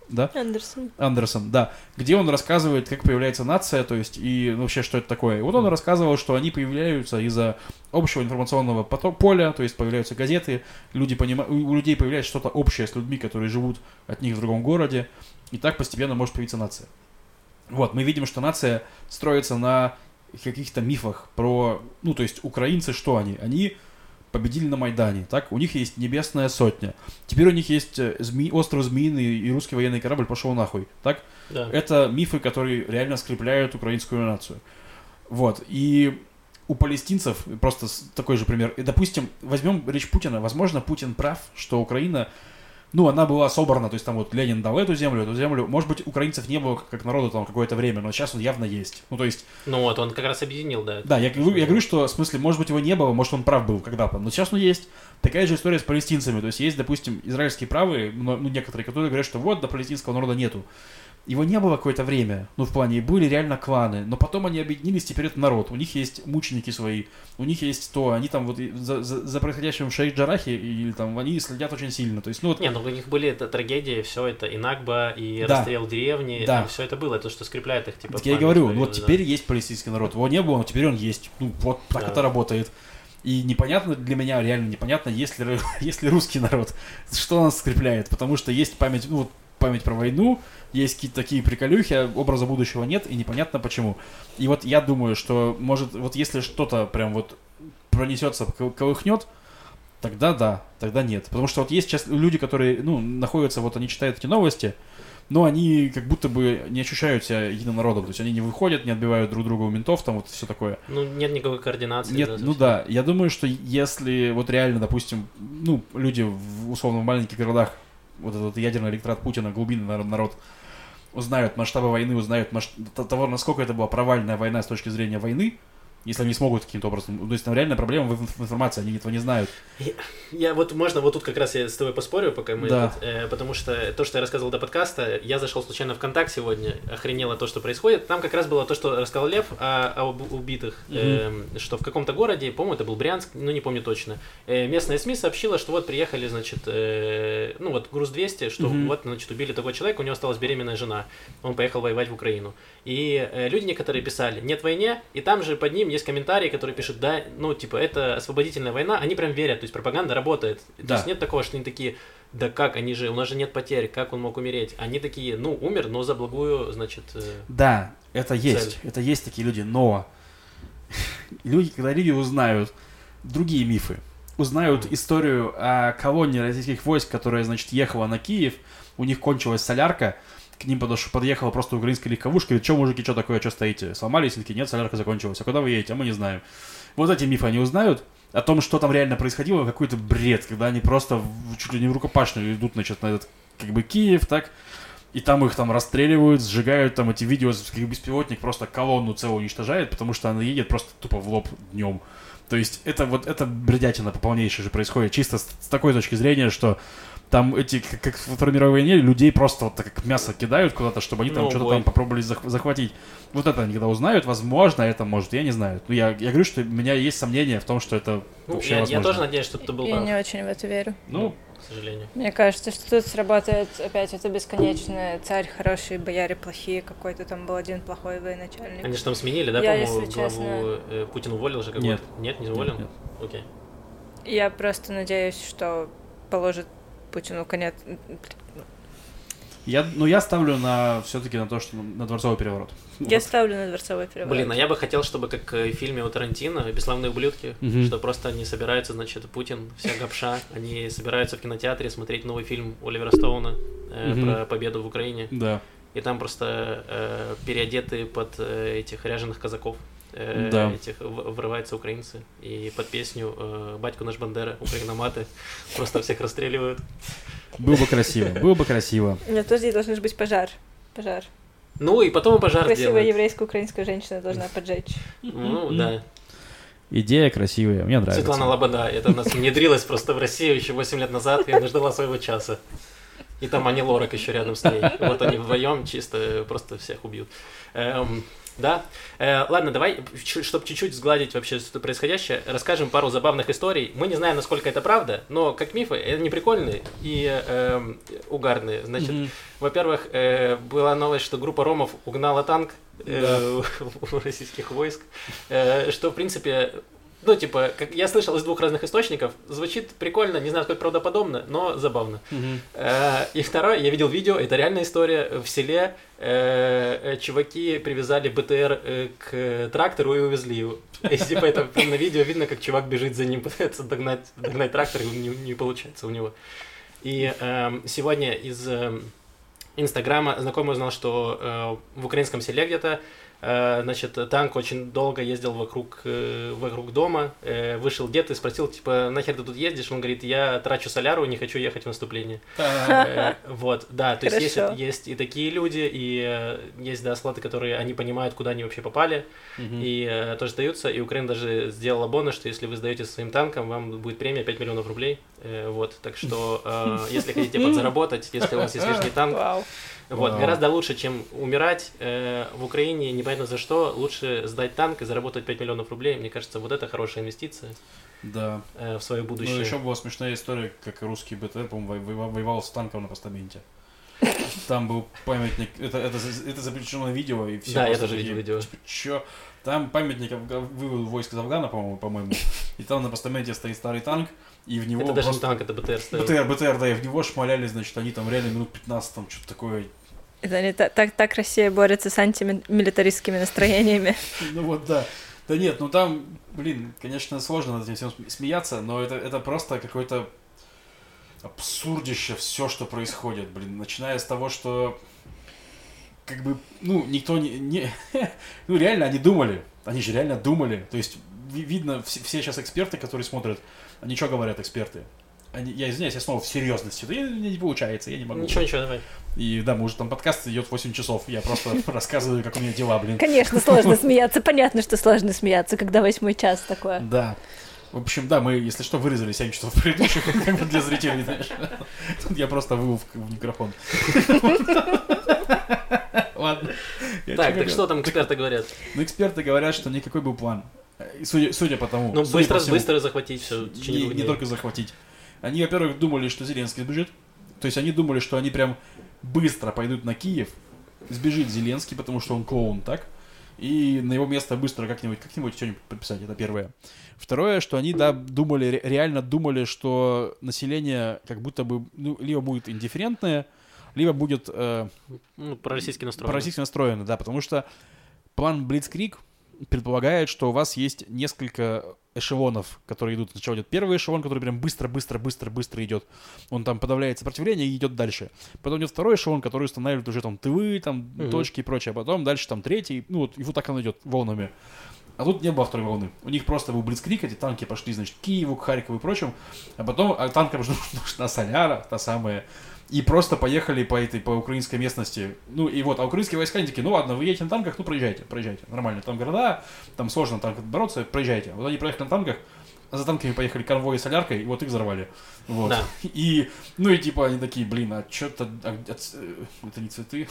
да? Андерсон. Андерсон, да. Где он рассказывает, как появляется нация, то есть, и ну, вообще, что это такое. И вот он рассказывал, что они появляются из-за общего информационного потока, поля, то есть появляются газеты, люди понима... у людей появляется что-то общее с людьми, которые живут от них в другом городе, и так постепенно может появиться нация. Вот, мы видим, что нация строится на каких-то мифах про, ну, то есть, украинцы, что они? Они победили на Майдане, так? У них есть Небесная Сотня. Теперь у них есть зме... остров Змеиный, и русский военный корабль пошел нахуй, так? Да. Это мифы, которые реально скрепляют украинскую нацию. Вот, и у палестинцев, просто такой же пример, и, допустим, возьмем речь Путина, возможно, Путин прав, что Украина, ну, она была собрана, то есть там вот Ленин дал эту землю, эту землю, может быть, украинцев не было как народу там какое-то время, но сейчас он явно есть, ну, то есть... Ну вот, он как раз объединил, да. Да, я, я говорю, что, в смысле, может быть, его не было, может, он прав был когда-то, но сейчас он есть. Такая же история с палестинцами, то есть есть, допустим, израильские правые, ну, некоторые, которые говорят, что вот, до палестинского народа нету. Его не было какое-то время, ну, в плане, были реально кланы, но потом они объединились, теперь это народ, у них есть мученики свои, у них есть то, они там вот за, за, за происходящим в Шейх-Джарахе, или там, они следят очень сильно, то есть, ну, вот... Не, ну, у них были это, трагедии, все это, и Накба, и да. расстрел деревни, да. все это было, то, что скрепляет их, типа... Так я и говорю, вот да. теперь есть палестинский народ, его не было, но теперь он есть, ну, вот так да. это работает. И непонятно для меня, реально непонятно, есть ли, есть ли русский народ, что нас скрепляет, потому что есть память, ну, вот, память про войну, есть какие-то такие приколюхи, а образа будущего нет, и непонятно почему. И вот я думаю, что, может, вот если что-то прям вот пронесется, колыхнет, тогда да, тогда нет. Потому что вот есть сейчас люди, которые, ну, находятся, вот они читают эти новости, но они как будто бы не ощущают себя единым народом, то есть они не выходят, не отбивают друг друга у ментов, там вот все такое. Ну, нет никакой координации. Нет, да, ну да, я думаю, что если вот реально, допустим, ну, люди в условно в маленьких городах, вот этот ядерный электорат Путина, глубинный народ, узнают масштабы войны, узнают масштаб того, насколько это была провальная война с точки зрения войны, если они смогут каким-то образом... То есть там реальная проблема в информации, они этого не знают. Я, я вот, можно, вот тут как раз я с тобой поспорю, пока мы... Да. Этот, э, потому что то, что я рассказывал до подкаста, я зашел случайно в ВКонтакт сегодня, охренело то, что происходит. Там как раз было то, что рассказал Лев о, о убитых, mm-hmm. э, что в каком-то городе, по-моему, это был Брянск, ну не помню точно, э, местная СМИ сообщила, что вот приехали, значит, э, ну вот груз двести, что mm-hmm. вот, значит, убили такого человека, у него осталась беременная жена, он поехал воевать в Украину. И э, люди некоторые писали «нет войне», и там же под ним есть комментарии, которые пишут, да, ну, типа, это освободительная война, они прям верят, то есть пропаганда работает. Да. То есть нет такого, что они такие, да как, они же, у нас же нет потерь, как он мог умереть? Они такие, ну, умер, но за благую, значит, э, да, это есть, цель. Это есть такие люди, но люди, когда люди узнают другие мифы, узнают mm. историю о колонии российских войск, которая, значит, ехала на Киев, у них кончилась солярка, к ним подошел, подъехала просто украинская легковушка, говорит, что, мужики, что такое, что стоите? Сломались? Они такие, нет, солярка закончилась. А куда вы едете? А мы не знаем. Вот эти мифы они узнают, о том, что там реально происходило, какой-то бред, когда они просто чуть ли не в рукопашную идут, значит, на этот, как бы, Киев, так, и там их там расстреливают, сжигают, там эти видео, как беспилотник просто колонну целую уничтожает, потому что она едет просто тупо в лоб днем. То есть это вот, это бредятина полнейшая же происходит, чисто с, с такой точки зрения, что там эти, как, как в Второй мировой войне, людей просто вот так как мясо кидают куда-то, чтобы они там ну, что-то бой. там попробовали зах- захватить. Вот это они когда узнают, возможно, это может, я не знаю. Ну, я, я говорю, что у меня есть сомнения в том, что это ну, вообще я, возможно. Я тоже надеюсь, что ты был я прав. Я не очень в это верю. Ну, к сожалению. Мне кажется, что тут срабатывает опять это бесконечное царь хороший, бояре плохие, какой-то там был один плохой военачальник. Они же там сменили, да, я, по-моему, если главу честно... э, Путин уволил же какой-то? Нет. Нет, не уволил? Нет, нет. Окей. Я просто надеюсь, что положит Путину конец. Я, ну, я ставлю на все-таки на то, что на дворцовый переворот. Я вот. ставлю на дворцовый переворот. Блин, а я бы хотел, чтобы как в фильме у Тарантино «Бесславные ублюдки», угу. что просто они собираются, значит, Путин, вся гопша, они собираются в кинотеатре смотреть новый фильм Оливера Стоуна э, угу. про победу в Украине. Да. И там просто э, переодеты под э, этих ряженых казаков. Э, да. этих в- врываются украинцы. И под песню э, «Батько наш Бандера», «Украиноматы» просто всех расстреливают. Было бы красиво, было бы красиво. Нет, тоже здесь должен быть пожар. Пожар. Ну и потом и пожар Красивая делают. еврейская украинская женщина должна поджечь. Ну да. Идея красивая, мне нравится. Светлана Лобода, это у нас внедрилась просто в Россию еще восемь лет назад, и она ждала своего часа. И там Ани Лорак еще рядом с ней. Вот они вдвоем чисто просто всех убьют. Эм, Да. Э, ладно, давай, чтобы чуть-чуть сгладить вообще происходящее, расскажем пару забавных историй. Мы не знаем, насколько это правда, но как мифы, они прикольные и э, угарные. Значит, mm-hmm. во-первых, э, была новость, что группа ромов угнала танк э, yeah. у российских войск, э, что, в принципе... Ну, типа, как я слышал из двух разных источников, звучит прикольно, не знаю, сколько правдоподобно, но забавно. Uh-huh. Э, и второе, я видел видео, это реальная история. В селе э, чуваки привязали БТР э, к трактору и увезли его. И типа это на видео видно, как чувак бежит за ним, пытается догнать, догнать трактор, и не, не получается у него. И э, сегодня из э, Инстаграма знакомый узнал, что э, в украинском селе где-то значит, танк очень долго ездил вокруг, вокруг дома, вышел дед и спросил, типа, нахер ты тут ездишь? Он говорит, я трачу соляру, не хочу ехать в наступление. Вот, да, то есть есть, есть и такие люди, и есть, да, склады, которые, они понимают, куда они вообще попали, и тоже сдаются, и Украина даже сделала бонус, что если вы сдаете своим танком, вам будет премия пять миллионов рублей, вот, так что, если хотите подзаработать, если у вас есть лишний танк, вот, wow. гораздо лучше, чем умирать э, в Украине, непонятно за что, лучше сдать танк и заработать пять миллионов рублей. Мне кажется, вот это хорошая инвестиция да. э, в свое будущее. Ну, еще была смешная история, как русский БТР, по-моему, воевал с танком на постаменте. Там был памятник, это, это, это запрещено видео, и все. Да, я тоже видел видео. Типа, чё? Там памятник вывел войск из Афгана, по-моему, по-моему, и там на постаменте стоит старый танк, и в него это даже просто... не танк, это БТР стоит. БТР, БТР, да, и в него шмаляли, значит, они там реально минут пятнадцать, там что-то такое... Это они так, так, так Россия борется с антимилитаристскими настроениями. Ну вот, да. Да нет, ну там, блин, конечно, сложно над этим всем смеяться, но это, это просто какое-то абсурдище все, что происходит, блин. Начиная с того, что как бы, ну, никто не... не ну, реально, они думали. Они же реально думали. То есть, видно, все, все сейчас эксперты, которые смотрят, они что говорят, эксперты? Они, я извиняюсь, я снова в серьезности. Да не, не получается, я не могу. Ничего, ничего, давай. И да, мы уже там подкаст идет восемь часов. Я просто рассказываю, как у меня дела, блин. Конечно, сложно смеяться. Понятно, что сложно смеяться, когда восьмой час такое. Да. В общем, да, мы, если что, вырезали семь часов предыдущих, как бы для зрителей, знаешь. Тут я просто вывел в микрофон. Ладно. Так, так что там эксперты говорят? Ну, эксперты говорят, что никакой был план. Судя, судя по тому... Ну, быстро, быстро захватить все. Не, не только захватить. Они, во-первых, думали, что Зеленский сбежит. То есть они думали, что они прям быстро пойдут на Киев, сбежит Зеленский, потому что он клоун, так? И на его место быстро как-нибудь, как-нибудь что-нибудь подписать, это первое. Второе, что они, да, думали, реально думали, что население как будто бы, ну, либо будет индифферентное, либо будет... Э, ну, пророссийски настроено. Пророссийски настроено, да, потому что план Блицкриг предполагает, что у вас есть несколько эшелонов, которые идут. Сначала идет первый эшелон, который прям быстро-быстро-быстро-быстро идет. Он там подавляет сопротивление и идет дальше. Потом идет второй эшелон, который устанавливает уже там тылы, там угу. точки и прочее. А потом дальше там третий. Ну вот, и вот так оно идет волнами. А тут не было второй волны. У них просто был блицкриг, эти танки пошли, значит, к Киеву, к Харькову и прочим. А потом а танкам нужна соляра, та самая. И просто поехали по этой, по украинской местности. Ну и вот, а украинские войска, они такие, ну ладно, вы едете на танках, ну проезжайте, проезжайте, нормально. Там города, там сложно танк бороться, проезжайте. Вот они проехали на танках, а за танками поехали конвои с соляркой, и вот их взорвали. Вот. Да. И, ну и типа они такие, блин, а что-то, а, а, это не цветы.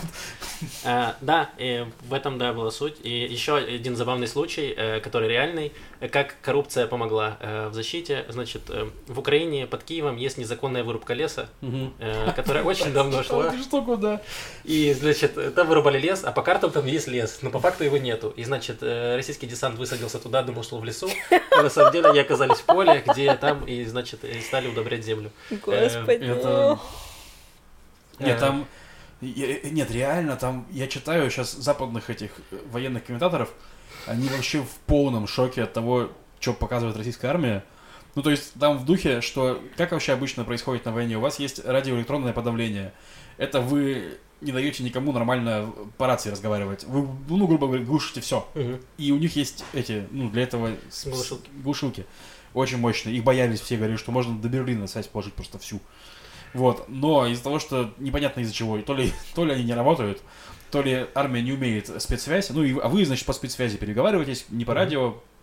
а, да, и в этом, да, была суть. И еще один забавный случай, который реальный, как коррупция помогла в защите. Значит, в Украине под Киевом есть незаконная вырубка леса, которая очень давно шла. Штуку, да. И, значит, там вырубали лес, а по картам там есть лес, но по факту его нету. И, значит, российский десант высадился туда, думал, что в лесу, а на самом деле они оказались в поле, где там и, значит, и стали удобрять землю. Господи. Это... Нет, там... Нет, реально, там... Я читаю сейчас западных этих военных комментаторов, они вообще в полном шоке от того, что показывает российская армия. Ну, то есть, там в духе, что... Как вообще обычно происходит на войне? У вас есть радиоэлектронное подавление. Это вы не даете никому нормально по рации разговаривать. Вы, ну, грубо говоря, глушите все. Угу. И у них есть эти, ну, для этого... Глушилки. Глушилки. Очень мощные. Их боялись все, говорили, что можно до Берлина связь положить просто всю. Вот. Но из-за того, что непонятно из-за чего, то ли, то ли они не работают, то ли армия не умеет спецсвязь, ну, и, а вы, значит, по спецсвязи переговариваетесь, не по радио,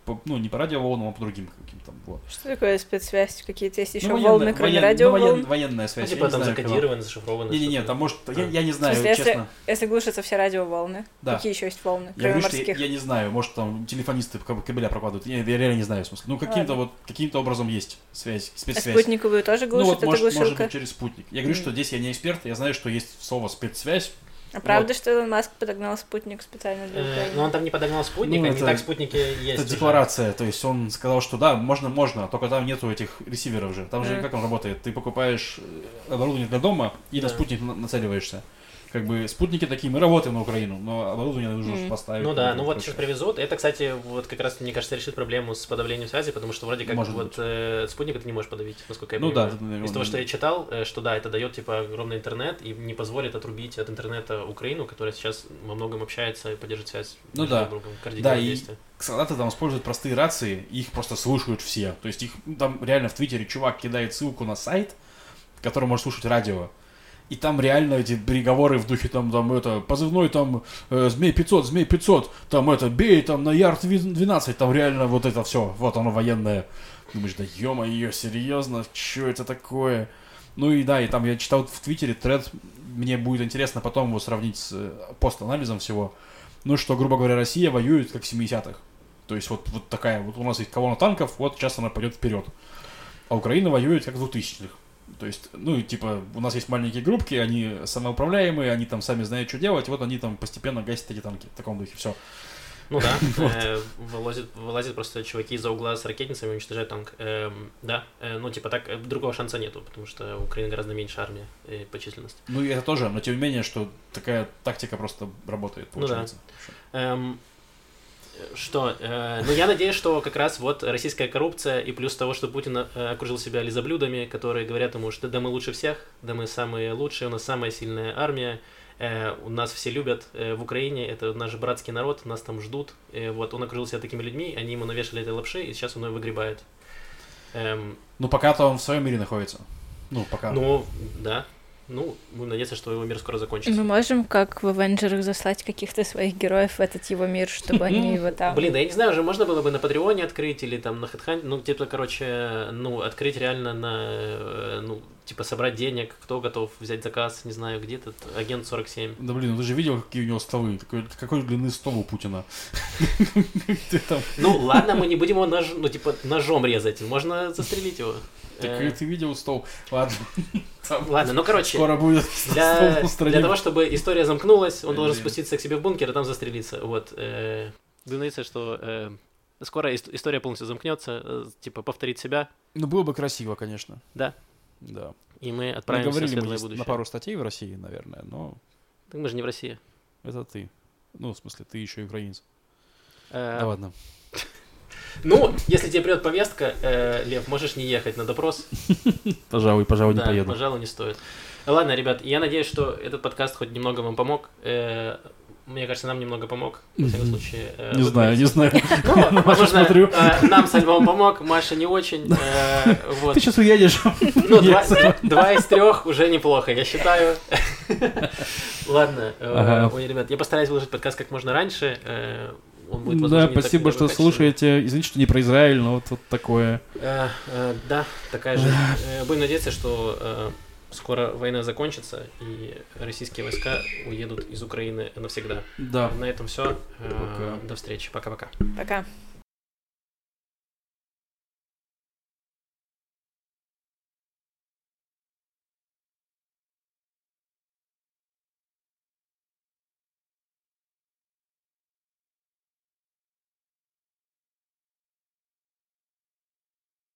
по, ну, не по радиоволнам, а по другим каким-то. Вот. Что такое спецсвязь? Какие-то есть еще Ну, волны, военная, кроме воен, радиоволн? ну, воен, военная Ну, связь. типа я там не знаю, закодировано, зашифровано. Не-не-не, что-то. там может, А. я, я не В знаю, смысле, если, честно. если глушатся все радиоволны, Да. какие еще есть волны, Я кроме говорю, что морских? я, я не знаю, может там телефонисты каб- кабеля прокладывают, я, я реально не знаю, в смысле. Ну, каким-то Ладно. вот, каким-то образом есть связь, А спецсвязь. спутниковую тоже Ну глушат, вот, это может, может глушилка? быть, через спутник. Я говорю, Мгм. что здесь я не эксперт, я знаю, что есть слово спецсвязь. А правда, вот. что Илон Маск подогнал спутник специально для Э, Украины? Ну, он там не подогнал спутник, Ну, а не это- так спутники есть Это уже. декларация, то есть он сказал, что да, можно, можно, только там нету этих ресиверов же. Там же Мгм. как он работает? Ты покупаешь э, оборудование для дома и на Да. спутник на- нацеливаешься. Как бы спутники такие, мы работаем на Украину, но оборудование нужно Мгм. же поставить. Ну да, ну вот короче. сейчас привезут. Это, кстати, вот как раз, мне кажется, решит проблему с подавлением связи, потому что вроде как Может вот быть. э, спутник ты не можешь подавить, насколько я Ну понимаю. да, это, наверное, Из того, он- что я читал, э, что да, это дает типа огромный интернет и не позволит отрубить от интернета Украину, которая сейчас во многом общается и поддерживает связь Ну между да. друг другом. Да, Координирует и действия. солдаты там используют простые рации, и их просто слушают все. То есть их ну, там реально в Твиттере чувак кидает ссылку на сайт, который может слушать радио. И там реально эти переговоры в духе там, там это, позывной там э, Змей пятьсот, Змей пятьсот, там это, бей там на ярд двенадцать, там реально вот это все, вот оно военное. Думаешь, да ё-моё, серьезно, что это такое? Ну и да, и там я читал в Твиттере тред, мне будет интересно потом его сравнить с э, пост-анализом всего. Ну что, грубо говоря, Россия воюет как в семидесятых. То есть вот, вот такая, вот у нас есть колонна танков, вот сейчас она пойдет вперед. А Украина воюет как в двухтысячных. То есть, ну, и типа, у нас есть маленькие группки, они самоуправляемые, они там сами знают, что делать, и вот они там постепенно гасят эти танки. В таком духе, все. Ну да, э, вылазит, вылазят просто чуваки из-за угла с ракетницами и уничтожают танк. Эм, да, э, ну типа так, э, другого шанса нету, потому что у Украины гораздо меньше армия э, по численности. Ну, и это тоже, но тем не менее, что такая тактика просто работает, Ну да. получается. Эм, что? Э, ну, я надеюсь, что как раз вот российская коррупция и плюс того, что Путин э, окружил себя лизоблюдами, которые говорят ему, что да мы лучше всех, да мы самые лучшие, у нас самая сильная армия, э, у нас все любят э, в Украине, это наш братский народ, нас там ждут. Э, вот он окружил себя такими людьми, они ему навешали этой лапши, и сейчас он ее выгребает. Эм, Ну, пока-то он в своем мире находится. Ну, пока. ну, да. Ну, будем надеяться, что его мир скоро закончится. Мы можем, как в Авенджерах, заслать каких-то своих героев в этот его мир, чтобы они его там... Блин, да я не знаю, уже можно было бы на Патреоне открыть или там на HeadHunter, ну, типа, короче, ну, открыть реально на, э, ну, типа, собрать денег, кто готов взять заказ, не знаю, где этот агент сорок семь. Да блин, ну ты же видел, какие у него столы, какой, какой длины стол у Путина. Ты там- Ну, ладно, мы не будем его нож, ну, типа, ножом резать, можно застрелить его. Так Э, ты видел стол? Ладно. Там Ладно, ну, короче, скоро будет для, стол в стране. для того, чтобы история замкнулась, он должен Блин. спуститься к себе в бункер и там застрелиться, вот. э, Будем надеяться, что э, скоро ис- история полностью замкнется, э, типа, повторит себя, Ну, было бы красиво, конечно. Да. Да. и мы Мы отправимся в говорили мы светлое здесь будущее. на пару статей в России, наверное, но Так мы же не в России. это ты. Ну, в смысле, ты еще и украинец. Э, Да ладно. Ну, если тебе придет повестка, э, Лев, можешь не ехать на допрос. Пожалуй, пожалуй, не Да, поеду. пожалуй, не стоит. Ладно, ребят, я надеюсь, что этот подкаст хоть немного вам помог. Э, Мне кажется, нам немного помог. Во всяком случае. э, Не вы знаю, не знаю. Ну, Машу возможно, смотрю. э, нам с Альбомом помог, Маша не очень. э, Вот. Ты сейчас уедешь. Ну, два, Нет. два из трех уже неплохо, я считаю. Ладно, э, Ага. ой, ребят, я постараюсь выложить подкаст как можно раньше. э, Он будет, возможно, Да, не так спасибо, что качественный. слушаете. Извините, что не про Израиль, но вот, вот такое. Э, э, Да, такая же. Э, Будем надеяться, что э, скоро война закончится и российские войска уедут из Украины навсегда. Да. На этом все. Пока. До встречи. Пока-пока. Пока.